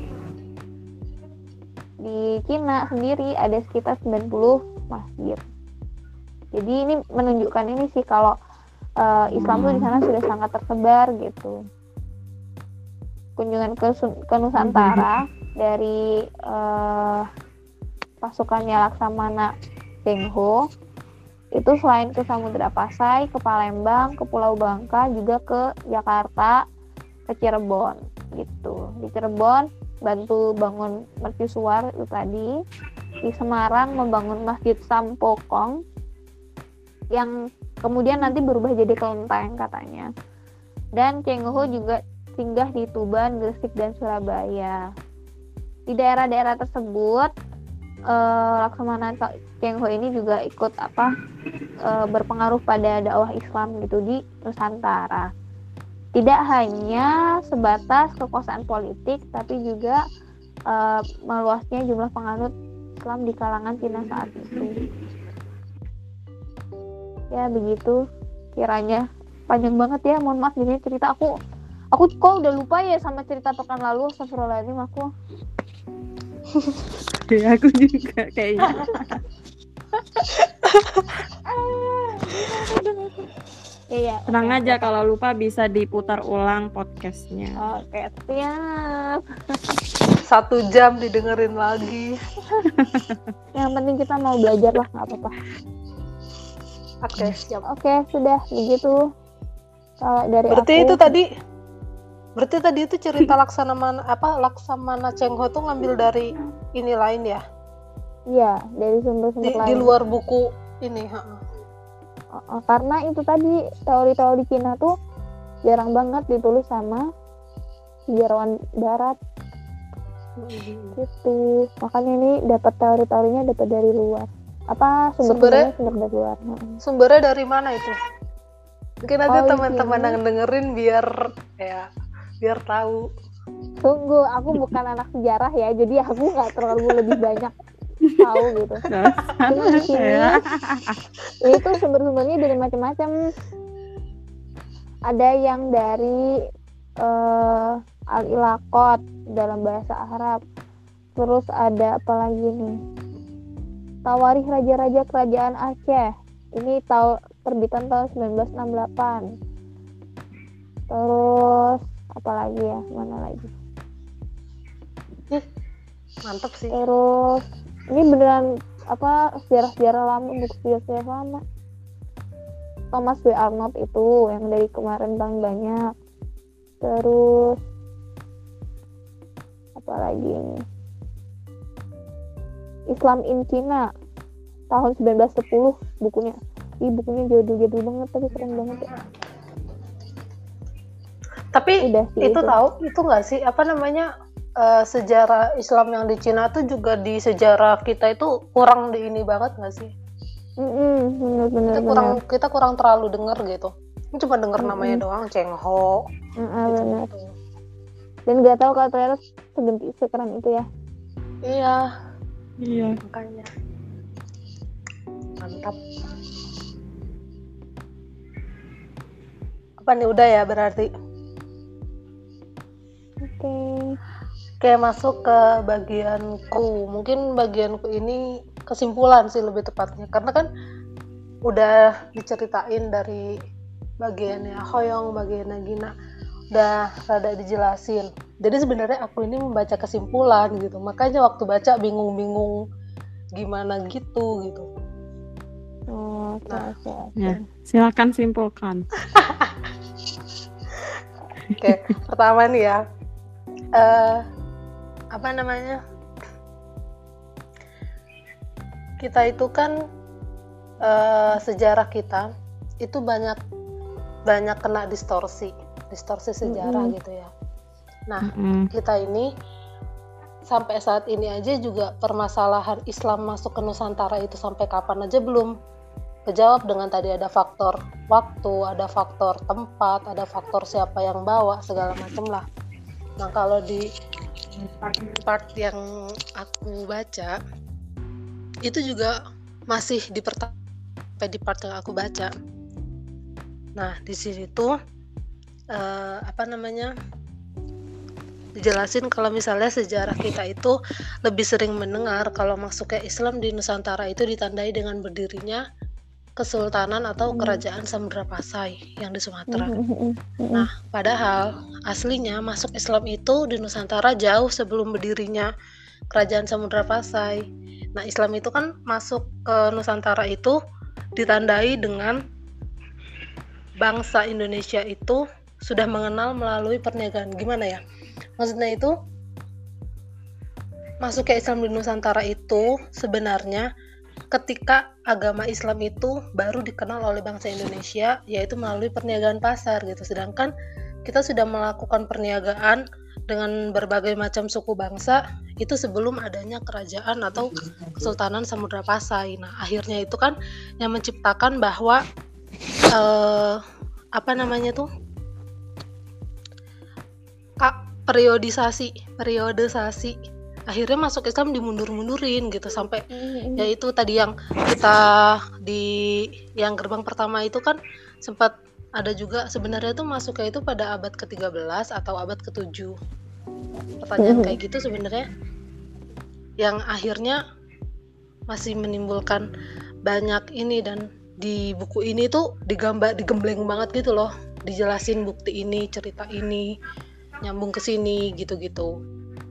Di Cina sendiri ada sekitar sembilan puluh masjid. Jadi ini menunjukkan ini sih kalau uh, Islam tuh di sana sudah sangat tersebar gitu. Kunjungan ke, ke Nusantara dari uh, pasukannya Laksamana Cheng Ho itu selain ke Samudra Pasai, ke Palembang, ke Pulau Bangka, juga ke Jakarta, ke Cirebon gitu. Di Cirebon bantu bangun mercusuar itu tadi. Di Semarang membangun Masjid Sampokong yang kemudian nanti berubah jadi kelenteng katanya. Dan Cheng Ho juga singgah di Tuban, Gresik, dan Surabaya. Di daerah-daerah tersebut eh, Laksamana Cheng Ho ini juga ikut apa eh, berpengaruh pada dakwah Islam gitu di Nusantara. Tidak hanya sebatas kekuasaan politik, tapi juga uh, meluasnya jumlah penganut Islam di kalangan Cina saat itu. Ya begitu kiranya, panjang banget ya, mohon maaf ini cerita aku. Aku kok udah lupa ya sama cerita pekan lalu, astagfirullahaladzim aku. Ya, aku juga kayaknya. Iya. Tenang oke, aja, oke. kalau lupa bisa diputar ulang podcastnya. Oke, siap. Satu jam didengerin lagi. Yang penting kita mau belajar lah, nggak apa-apa. Oke, siap. Oke, sudah begitu. Kalau dari Berarti aku, itu tadi Berarti tadi itu cerita Laksamana apa Laksamana Cheng Ho tuh ngambil dari ini lain ya? iya, dari sumber-sumber Di, lain. di luar buku ini, ha. Oh, oh, karena itu tadi teori-teori Cina tuh jarang banget ditulis sama sejarawan Barat gitu. Makanya ini dapat teori-teorinya dapat dari luar. Apa sumber-sumbernya sumber dari luar. Hmm. Sumbernya dari mana itu? Mungkin nanti Oh, di teman-teman sini. yang dengerin biar ya biar tahu. Tunggu, aku bukan anak sejarah ya, jadi aku nggak terlalu lebih banyak tahu gitu. Cuma di sini ini tuh sumber-sumbernya dari macam-macam. Ada yang dari uh, Al-Ilaqot dalam bahasa Arab. Terus ada apa lagi nih? Tawarikh Raja-Raja Kerajaan Aceh. Ini tahun terbitan tahun sembilan belas enam puluh delapan. Terus apa lagi ya? Mana lagi? Ih, mantep sih. Terus ini beneran apa sejarah-sejarah lama, buku sejarah-sejarah lama. Thomas W. Arnold itu yang dari kemarin paling banyak. Terus apa lagi ini? Islam in China tahun sembilan belas sepuluh bukunya. Ih, bukunya jadul-jadul banget tapi keren banget ya. Tapi Udah sih itu, itu. tahu itu nggak sih apa namanya uh, sejarah Islam yang di Cina tuh juga di sejarah kita itu kurang di ini banget nggak sih? Mm-mm, bener-bener. Kita kurang kita kurang terlalu denger gitu. Ini cuma denger Mm-mm. namanya doang, Cheng Ho. Mm-mm, Gitu, bener. gitu. Dan nggak tahu kalau ternyata segenti sekeren itu ya. Iya, Iya. makanya mantap. Apa nih udah ya berarti? Oke. Oke, masuk ke bagianku. Mungkin bagianku ini kesimpulan sih lebih tepatnya. Karena kan udah diceritain dari bagiannya Hoyong, bagiannya Gina. Udah rada dijelasin. Jadi sebenarnya aku ini membaca kesimpulan gitu. Makanya waktu baca bingung-bingung gimana gitu gitu. Oh, oke, Nah. oke, oke. Ya, silakan simpulkan. Oke, pertama nih ya. Eh, apa namanya? Kita itu kan eh, sejarah kita itu banyak banyak kena distorsi, distorsi sejarah Mm-mm. gitu ya. Nah, Mm-mm. kita ini sampai saat ini aja juga permasalahan Islam masuk ke Nusantara itu sampai kapan aja belum kejawab dengan tadi ada faktor waktu, ada faktor tempat, ada faktor siapa yang bawa, segala macam lah. Nah, kalau di part yang aku baca itu juga masih di pertama di part yang aku baca. Nah, di sini tuh eh, apa namanya dijelasin kalau misalnya sejarah kita itu lebih sering mendengar kalau masuknya Islam di Nusantara itu ditandai dengan berdirinya Kesultanan atau Kerajaan Samudra Pasai yang di Sumatera. Mm-mm, mm-mm. Nah, padahal aslinya masuk Islam itu di Nusantara jauh sebelum berdirinya Kerajaan Samudra Pasai. Nah, Islam itu kan masuk ke Nusantara itu ditandai dengan bangsa Indonesia itu sudah mengenal melalui perniagaan. Gimana ya? Maksudnya itu masuk ke Islam di Nusantara itu sebenarnya ketika agama Islam itu baru dikenal oleh bangsa Indonesia, yaitu melalui perniagaan pasar gitu. Sedangkan kita sudah melakukan perniagaan dengan berbagai macam suku bangsa itu sebelum adanya kerajaan atau Kesultanan Samudra Pasai. Nah, akhirnya itu kan yang menciptakan bahwa eh, apa namanya tuh kak periodisasi, periodisasi akhirnya masuk Islam dimundur-mundurin gitu sampai Mm-mm. yaitu tadi yang kita di yang gerbang pertama itu kan sempat ada juga sebenarnya tuh masuknya itu pada abad ke tiga belas atau abad ke tujuh. Pertanyaan Mhm. kayak gitu sebenarnya yang akhirnya masih menimbulkan banyak ini, dan di buku ini tuh digambar digembleng banget gitu loh, dijelasin bukti ini, cerita ini nyambung ke sini gitu-gitu.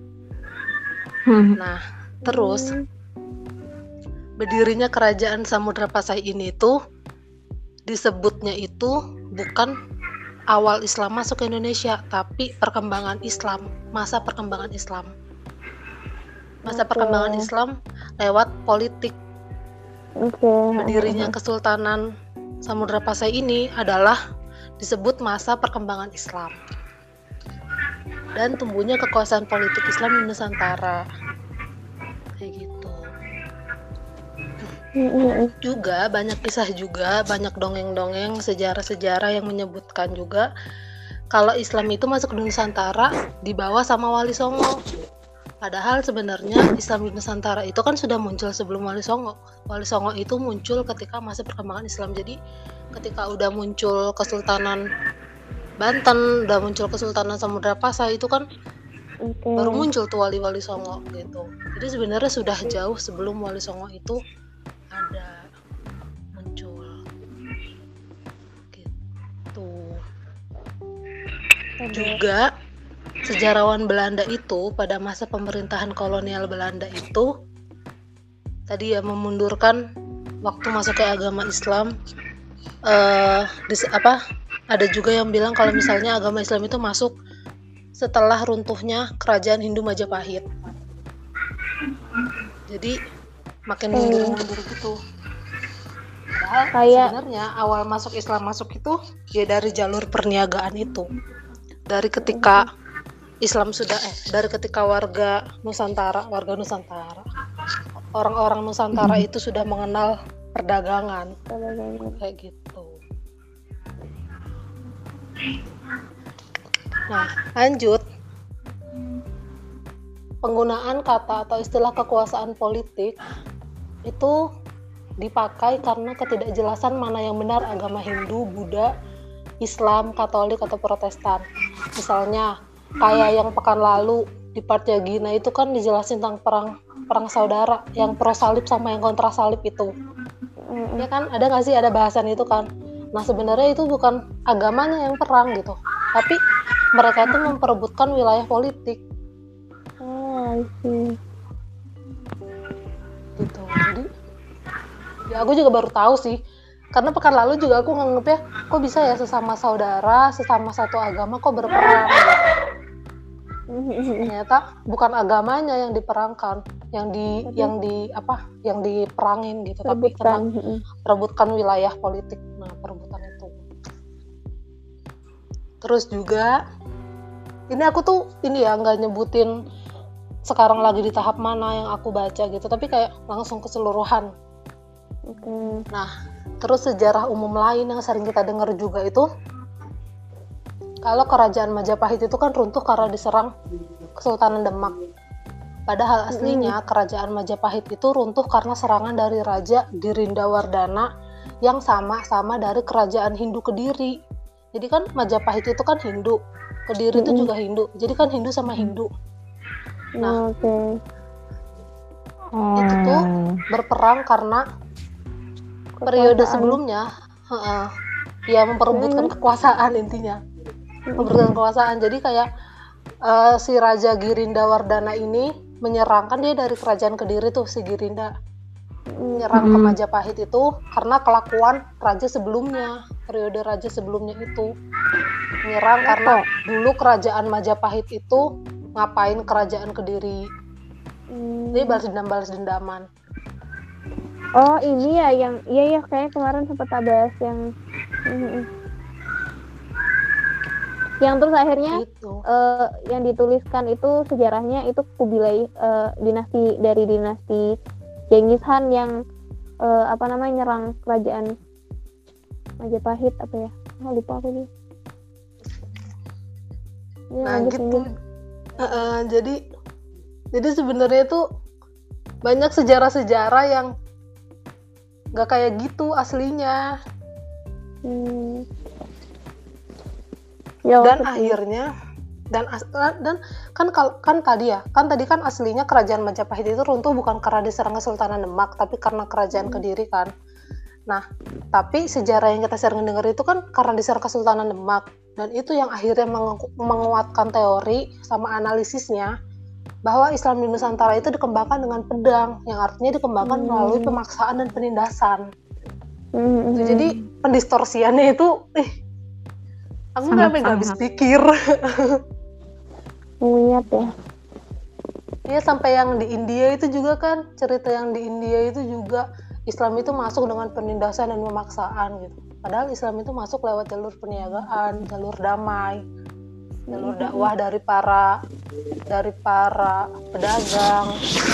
Hmm. Nah, terus berdirinya kerajaan Samudra Pasai ini tuh disebutnya itu bukan awal Islam masuk ke Indonesia, tapi perkembangan Islam, masa perkembangan Islam. Masa Oke. perkembangan Islam lewat politik. Oke. Berdirinya Kesultanan Samudra Pasai ini adalah disebut masa perkembangan Islam. Dan tumbuhnya kekuasaan politik Islam di Nusantara. Kayak gitu. Mm-mm. Juga banyak kisah juga, banyak dongeng-dongeng, sejarah-sejarah yang menyebutkan juga kalau Islam itu masuk ke Nusantara dibawa sama Wali Songo. Padahal sebenarnya Islam di Nusantara itu kan sudah muncul sebelum Wali Songo. Wali Songo itu muncul ketika masa perkembangan Islam. Jadi ketika udah muncul Kesultanan Banten, udah muncul Kesultanan Samudra Pasai, itu kan Oke. baru muncul tuh wali-wali Songo gitu. Jadi sebenarnya sudah jauh sebelum Wali Songo itu ada muncul gitu. Juga sejarawan Belanda itu pada masa pemerintahan kolonial Belanda itu tadi ya memundurkan waktu masuknya agama Islam. eh dis, apa ada juga yang bilang kalau misalnya agama Islam itu masuk setelah runtuhnya kerajaan Hindu Majapahit. Jadi makin mundur-mundur gitu. Padahal Kayak- sebenarnya awal masuk Islam masuk itu ya dari jalur perniagaan itu. Dari ketika Islam sudah eh dari ketika warga Nusantara, warga Nusantara, orang-orang Nusantara itu sudah mengenal perdagangan kayak gitu. Nah, lanjut. Penggunaan kata atau istilah kekuasaan politik itu dipakai karena ketidakjelasan mana yang benar agama Hindu, Buddha, Islam, Katolik atau Protestan. Misalnya kayak yang pekan lalu di Partya Gina itu kan dijelasin tentang perang perang saudara yang pro salib sama yang kontra salib itu. Mm-mm. Ya kan, ada nggak sih ada bahasan itu kan? Nah sebenarnya itu bukan agamanya yang perang gitu, tapi mereka itu memperebutkan wilayah politik Oh, I see. gitu. Jadi ya aku juga baru tahu sih, karena pekan lalu juga aku nganggepnya kok bisa ya sesama saudara, sesama satu agama kok berperang gitu. Ternyata bukan agamanya yang diperangkan, yang di Tapi- yang di apa yang diperangin gitu, tapi Perebutan. tentang Mm-mm. perebutkan wilayah politik. Nah, perebutan itu. Terus juga ini aku tuh ini ya nggak nyebutin sekarang lagi di tahap mana yang aku baca gitu, tapi kayak langsung keseluruhan. Oke. Terus sejarah umum lain yang sering kita dengar juga itu kalau kerajaan Majapahit itu kan runtuh karena diserang Kesultanan Demak. Padahal aslinya kerajaan Majapahit itu runtuh karena serangan dari Raja Girindawardana yang sama-sama dari kerajaan Hindu Kediri. Jadi kan Majapahit itu kan Hindu, Kediri itu Mm-mm. juga Hindu. Jadi kan Hindu sama Hindu. Nah. Oke. Itu tuh berperang karena periode sebelumnya heeh, ya memperebutkan kekuasaan intinya. Memperebutkan kekuasaan. Jadi kayak eh, si Raja Girindawardana ini menyerang, kan dia dari kerajaan Kediri tuh si Girinda. Menyerang ke Hmm. Majapahit itu karena kelakuan raja sebelumnya, periode raja sebelumnya itu. Menyerang karena dulu kerajaan Majapahit itu ngapain kerajaan Kediri. Hmm. Dia balas dendam balas dendaman. Oh ini ya yang iya ya kayak kemarin sempat tak bahas yang Mm-mm. yang terus akhirnya Gitu. eh, yang dituliskan itu sejarahnya itu Kubilai eh, dinasti dari dinasti Genghis Khan yang eh, apa namanya nyerang kerajaan Majapahit apa ya? Oh, lupa aku nih. Ya, Nah lanjut, gitu. lanjut. Heeh, jadi jadi sebenarnya itu banyak sejarah-sejarah yang nggak kayak gitu aslinya. Hmm. Ya, Dan maksudnya. akhirnya Dan as- dan kan kal- kan tadi ya, kan tadi kan aslinya kerajaan Majapahit itu runtuh bukan karena diserang Kesultanan Demak, tapi karena kerajaan Kediri kan. Nah, tapi sejarah yang kita sering dengar itu kan karena diserang Kesultanan Demak, dan itu yang akhirnya mengu- menguatkan teori sama analisisnya bahwa Islam di Nusantara itu dikembangkan dengan pedang, yang artinya dikembangkan Hmm. melalui pemaksaan dan penindasan. Hmm. Gitu. Jadi pendistorsiannya itu, eh, aku nggak sampai nggak habis Sangat-sangat. pikir. Niat ya. Iya, sampai yang di India itu juga kan, cerita yang di India itu juga Islam itu masuk dengan penindasan dan pemaksaan gitu. Padahal Islam itu masuk lewat jalur perniagaan, jalur damai, jalur dakwah dari para dari para pedagang.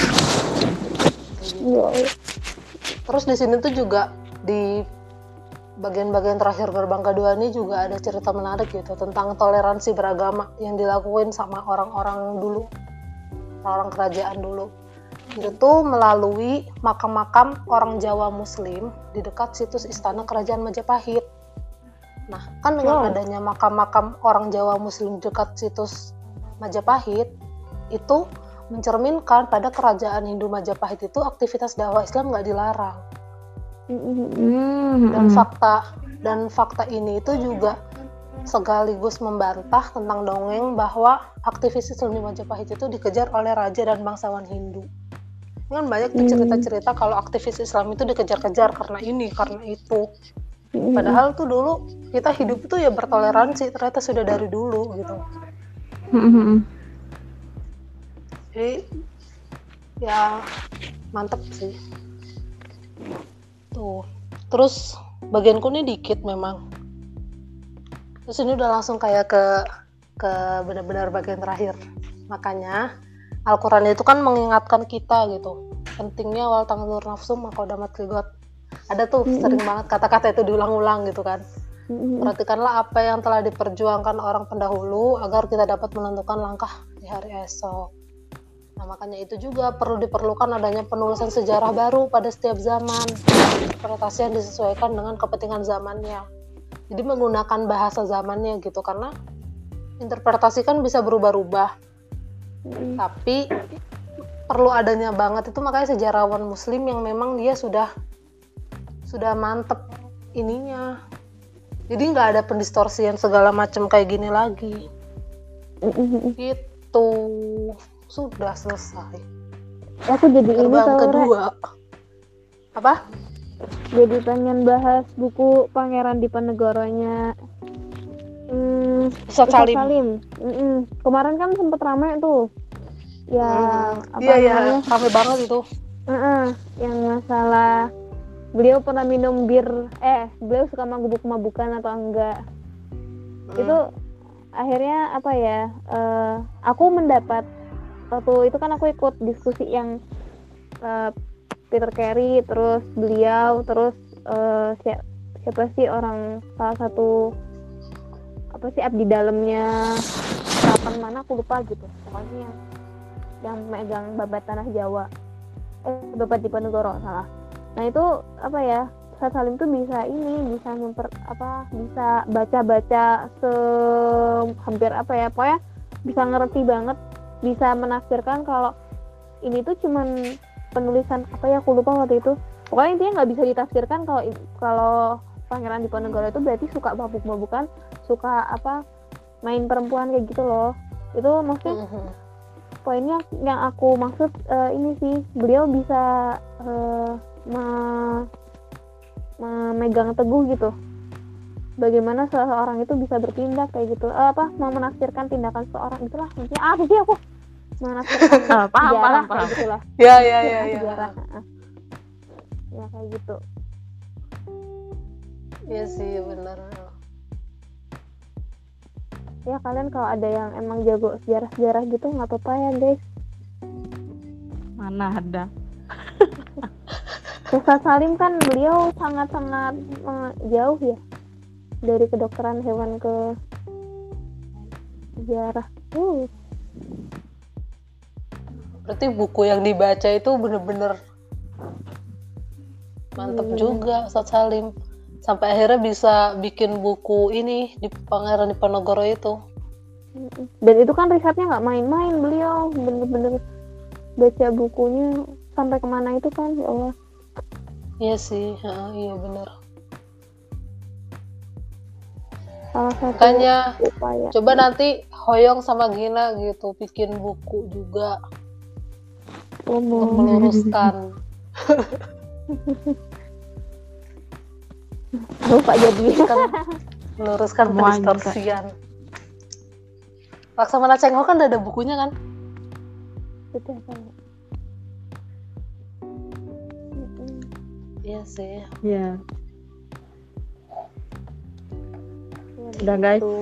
Iya. Terus di sini tuh juga di bagian-bagian terakhir gerbang kedua ini juga ada cerita menarik gitu tentang toleransi beragama yang dilakuin sama orang-orang dulu, orang kerajaan dulu. Itu tuh melalui makam-makam orang Jawa Muslim di dekat situs istana kerajaan Majapahit. Nah, kan dengan Wow. adanya makam-makam orang Jawa Muslim di dekat situs Majapahit, itu mencerminkan pada kerajaan Hindu Majapahit itu aktivitas dakwah Islam nggak dilarang. Hmm, Dan hmm. fakta dan fakta ini itu juga sekaligus membantah tentang dongeng bahwa aktivis Islam di Majapahit itu dikejar oleh raja dan bangsawan Hindu. Kan banyak tuh cerita-cerita kalau aktivis Islam itu dikejar-kejar karena ini, karena itu. Padahal tuh dulu kita hidup itu ya bertoleransi, ternyata sudah dari dulu gitu. Hmm, hmm, hmm. Jadi ya mantep sih. Tuh. Terus bagian kuning dikit memang. Terus ini udah langsung kayak ke ke benar-benar bagian terakhir. Makanya Al-Quran itu kan mengingatkan kita gitu, pentingnya wal tangzur nafsum maqdamat ligot. Ada tuh Mm-mm. sering banget kata-kata itu diulang-ulang gitu kan. Mm-mm. Perhatikanlah apa yang telah diperjuangkan orang pendahulu agar kita dapat menentukan langkah di hari esok. Nah, makanya itu juga perlu diperlukan adanya penulisan sejarah baru pada setiap zaman, interpretasi yang disesuaikan dengan kepentingan zamannya. Jadi menggunakan bahasa zamannya gitu, karena interpretasi kan bisa berubah-ubah. Mm-mm. Tapi perlu adanya banget itu, makanya sejarawan Muslim yang memang dia sudah sudah mantep ininya. Jadi nggak ada pendistorsian segala macam kayak gini lagi. Mm-mm. Gitu. Sudah selesai. Aku jadi ini Gerbang tau, Re. kedua. Apa? Jadi pengen bahas buku Pangeran Diponegoronya hmm, Ustadz Ustadz Salim. Salim. Mm-mm. Kemarin kan sempet rame tuh yang Hmm, apa iya ya, namanya, rame banget itu. Heeh, yang masalah beliau pernah minum bir, eh beliau suka mabuk-mabukan atau enggak. Hmm. Itu akhirnya apa ya, eh, aku mendapat waktu itu kan aku ikut diskusi yang eh, Peter Carey, terus beliau, terus eh, siapa, siapa sih orang salah satu apa sih abdi dalamnya kapan mana aku lupa gitu, pokoknya yang yang megang babat tanah Jawa, eh babat Diponegoro salah. Nah itu apa ya, Ustadz Salim tuh bisa ini, bisa memper apa, bisa baca-baca se hampir apa ya, pokoknya bisa ngerti banget, bisa menafsirkan kalau ini tuh cuman penulisan apa ya, aku lupa waktu itu. Pokoknya intinya nggak bisa ditafsirkan kalau kalau Pangeran Diponegoro itu berarti suka mabuk-mabukan, suka apa main perempuan kayak gitu loh. Itu maksudnya Mhm. poinnya yang aku maksud eh, ini sih, beliau bisa eh, me- memegang teguh gitu bagaimana seseorang itu bisa bertindak kayak gitu, eh, apa mau menafsirkan tindakan seseorang, itulah intinya apa sih aku menafsirkan Ah, paham, sejarah paham, kayak paham. gitulah. Ya ya ya Menafsirkan ya. sejarah, heeh. Ya kayak gitu. Iya sih benar. Ya kalian kalau ada yang emang jago sejarah-sejarah gitu nggak apa-apa ya guys. Mana ada. Ustadz Salim kan beliau sangat-sangat eh, jauh ya dari kedokteran hewan ke sejarah. Uh, Berarti buku yang dibaca itu bener-bener mantep Hmm. juga Ustadz Salim. Sampai akhirnya bisa bikin buku ini di Pangeran Diponegoro itu. Dan itu kan risetnya nggak main-main, beliau bener-bener baca bukunya sampai kemana itu kan, ya Allah. Iya sih, ha, iya bener. Salah satu Makanya upaya. coba nanti Hoyong sama Gina gitu bikin buku juga untuk Umum. meluruskan. Lupa jadi. kan meluruskan Semuanya, pendistorsian. Laksamana Cheng Ho kan udah ada bukunya kan? Betul banget. Iya sih. Iya. Ya, Udah, guys. begitu.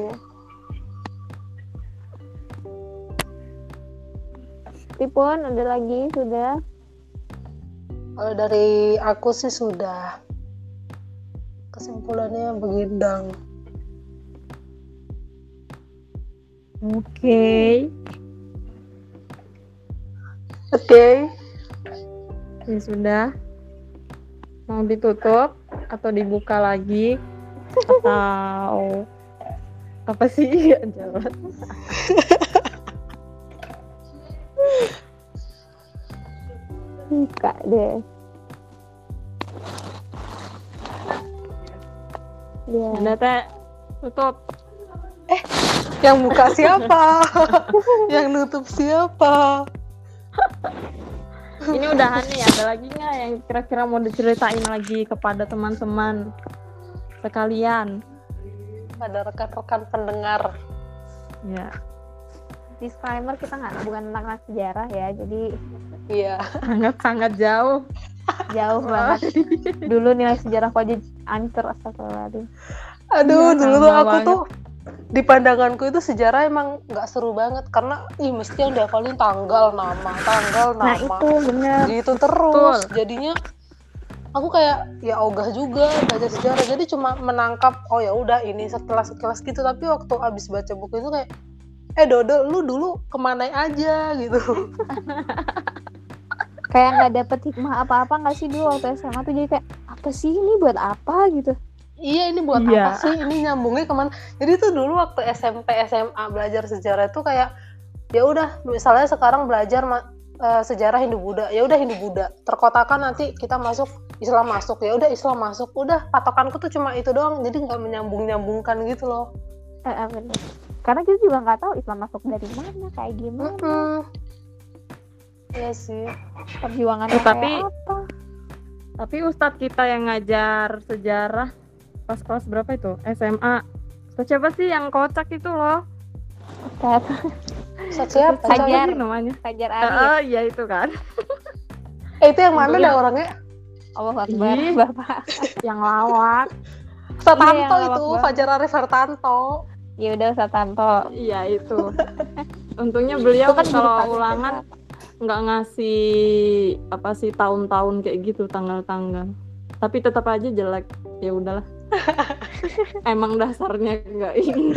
Tipun ada lagi sudah. Kalau dari aku sih sudah. Kesimpulannya begindang. Oke. Oke. Ya sudah. Mau ditutup atau dibuka lagi atau apa sih? Jawab. Buka deh. Ya. Anda teh tutup. Yang buka siapa? Yang nutup siapa? Ini udahan nih, ada lagi nggak yang kira-kira mau diceritain lagi kepada teman-teman sekalian? Pada rekan-rekan pendengar. Ya, Disclaimer, kita nggak bukan tentang sejarah ya, jadi Iya. sangat-sangat jauh. jauh banget. Dulu nilai sejarah kok aja ancur, astagfirullahaladzim. Aduh, Iya, dulu sama tuh aku banget. tuh di pandanganku itu sejarah emang nggak seru banget karena ih mesti yang dihafalin tanggal nama, tanggal Nah nama. itu bener. Gitu terus. Betul. Jadinya aku kayak ya ogah juga baca sejarah. Jadi cuma menangkap oh ya udah ini sekelas-sekelas gitu, tapi waktu abis baca buku itu kayak eh Dodo lu dulu kemana aja gitu. Kayak nggak dapet hikmah apa-apa nggak sih dulu waktu S M A tuh, jadi kayak apa sih ini buat apa gitu. Iya ini buat Iya. apa sih? Ini nyambungnya kemana? Jadi tuh dulu waktu S M P S M A belajar sejarah itu kayak ya udah misalnya sekarang belajar ma- eh, sejarah Hindu Buddha, ya udah Hindu Buddha. Terkotakan nanti kita masuk Islam masuk, ya udah Islam masuk. Udah patokanku tuh cuma itu doang. Jadi nggak menyambung-nyambungkan gitu loh. Eh, eh, bener. Karena kita juga nggak tahu Islam masuk dari mana, kayak gimana, Mm-mm. Iya sih. perjuangannya Eh, tapi- kayak apa. Tapi ustadz kita yang ngajar sejarah pas kelas berapa itu? S M A. Ustadz siapa sih yang kocak itu loh? Ustaz Ustadz siapa? Hajar. Siapa sih namanya? Fajar Eh, Arif. eh, iya itu kan. Eh itu yang mana Iya. dah orangnya? Allah Akbar, Ih. Bapak. Yang lawak. Ustadz Iya, Tanto yang itu, lawak banget. Fajar Arif Hartanto. Ya udah Ustaz Tanto. Iya itu. Untungnya beliau Itu kan guru kalau kami ulangan juga. nggak ngasih apa sih tahun-tahun kayak gitu, tanggal-tanggal. Tapi tetap aja jelek. Ya udahlah. Emang dasarnya nggak ini.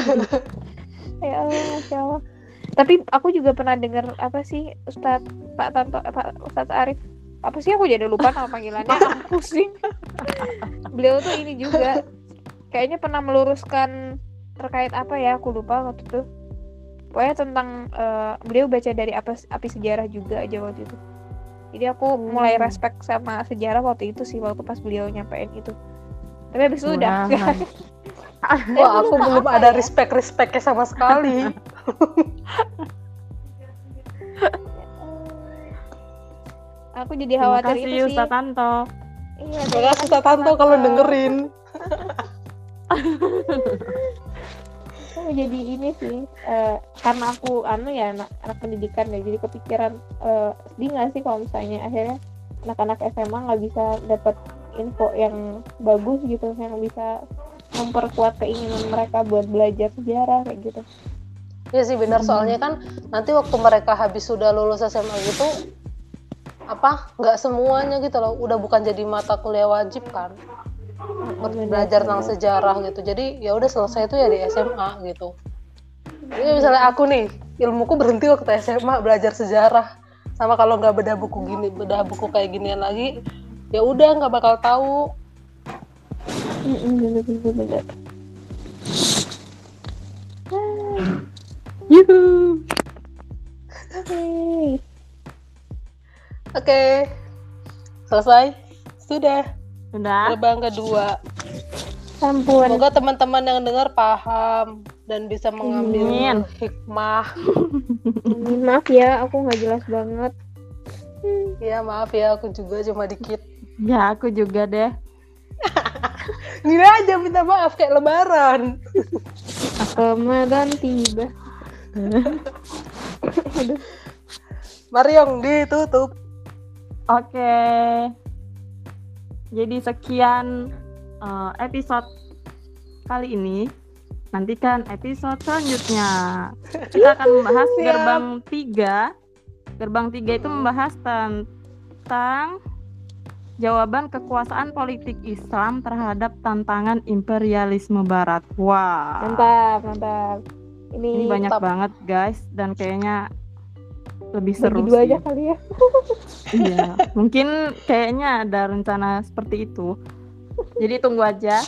Ya Allah, Masya Allah. Tapi aku juga pernah dengar apa sih Ustadz Pak Tanto, eh, Pak Ustadz Arif. Apa sih aku jadi lupa nama panggilannya, aku pusing. Beliau tuh ini juga kayaknya pernah meluruskan terkait apa ya, aku lupa waktu itu. Pokoknya tentang eh, beliau baca dari apa api sejarah juga aja waktu itu. Jadi aku mulai respect sama sejarah waktu itu sih, waktu pas beliau nyampein itu. Tapi habis itu udah Mudahan. Wah aku lupa belum apa ada ya. respect-respectnya sama sekali. Aku jadi Terima khawatir kasih itu sih. Ustadz Tanto. Iya, Terima kasih Ustadz Tanto kalau dengerin. Aku jadi ini sih eh, karena aku anu ya anak, anak pendidikan ya, jadi kepikiran eh, sedih nggak sih kalau misalnya akhirnya anak-anak S M A nggak bisa dapat info yang bagus gitu, yang bisa memperkuat keinginan mereka buat belajar sejarah kayak gitu. Iya sih benar, soalnya kan nanti waktu mereka habis sudah lulus S M A gitu apa nggak semuanya gitu loh, udah bukan jadi mata kuliah wajib kan buat belajar tentang sejarah gitu. Jadi ya udah selesai itu ya di S M A gitu. Jadi misalnya aku nih ilmuku berhenti waktu S M A belajar sejarah, sama kalau nggak bedah buku gini, bedah buku kayak ginian lagi ya udah nggak bakal tahu. Bener-bener. Yuhu. Oke. Oke, selesai. Sudah. Udah. Gerbang kedua. Sampun. Semoga teman-teman yang dengar paham dan bisa mengambil Amin. hikmah. Amin. Maaf ya, aku nggak jelas banget. Ya maaf ya, aku juga cuma dikit. Ya, aku juga deh. Gini aja minta maaf kayak lebaran. Ramadan tiba. Mariong ditutup. Oke. Jadi sekian uh, episode kali ini. Nantikan episode selanjutnya. Kita akan membahas Siap. gerbang tiga. Gerbang tiga itu membahas tentang jawaban kekuasaan politik Islam terhadap tantangan imperialisme Barat. Wah. Mantap, mantap. Ini, Ini banyak Mantap. banget guys dan kayaknya lebih bagi seru dua sih. aja kali ya. Iya, mungkin kayaknya ada rencana seperti itu. Jadi tunggu aja.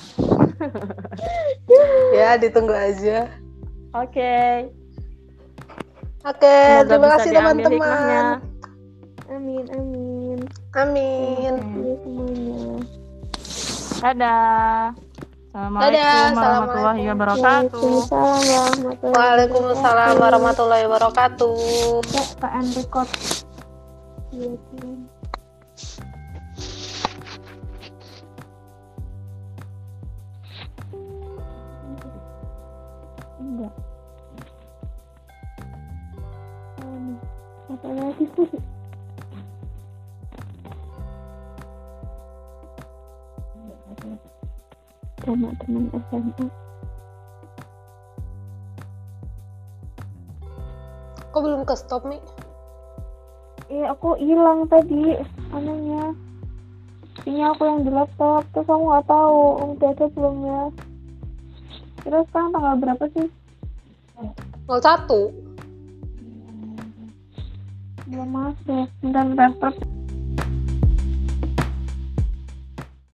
Ya, ditunggu aja. Oke. Oke, Semoga terima bisa kasih diambil teman-teman. hikmahnya. Amin, amin. Amin. Terima kasih semuanya. Dadah. Assalamualaikum Dadah, warahmatullahi assalamualaikum. wabarakatuh. Waalaikumsalam warahmatullahi Waalaikumsalam warahmatullahi wabarakatuh. Ya, K N record. Iya, iya. Enggak. Um, apa lagi tuh? Sama teman S M A. Kok belum ke stop, Mi? Iya, aku hilang tadi anunya. Ini aku yang di laptop, terus aku nggak tahu udah ada belum ya. Terus sekarang tanggal berapa sih? nol satu. Belum masuk. Bentar, bentar, bentar.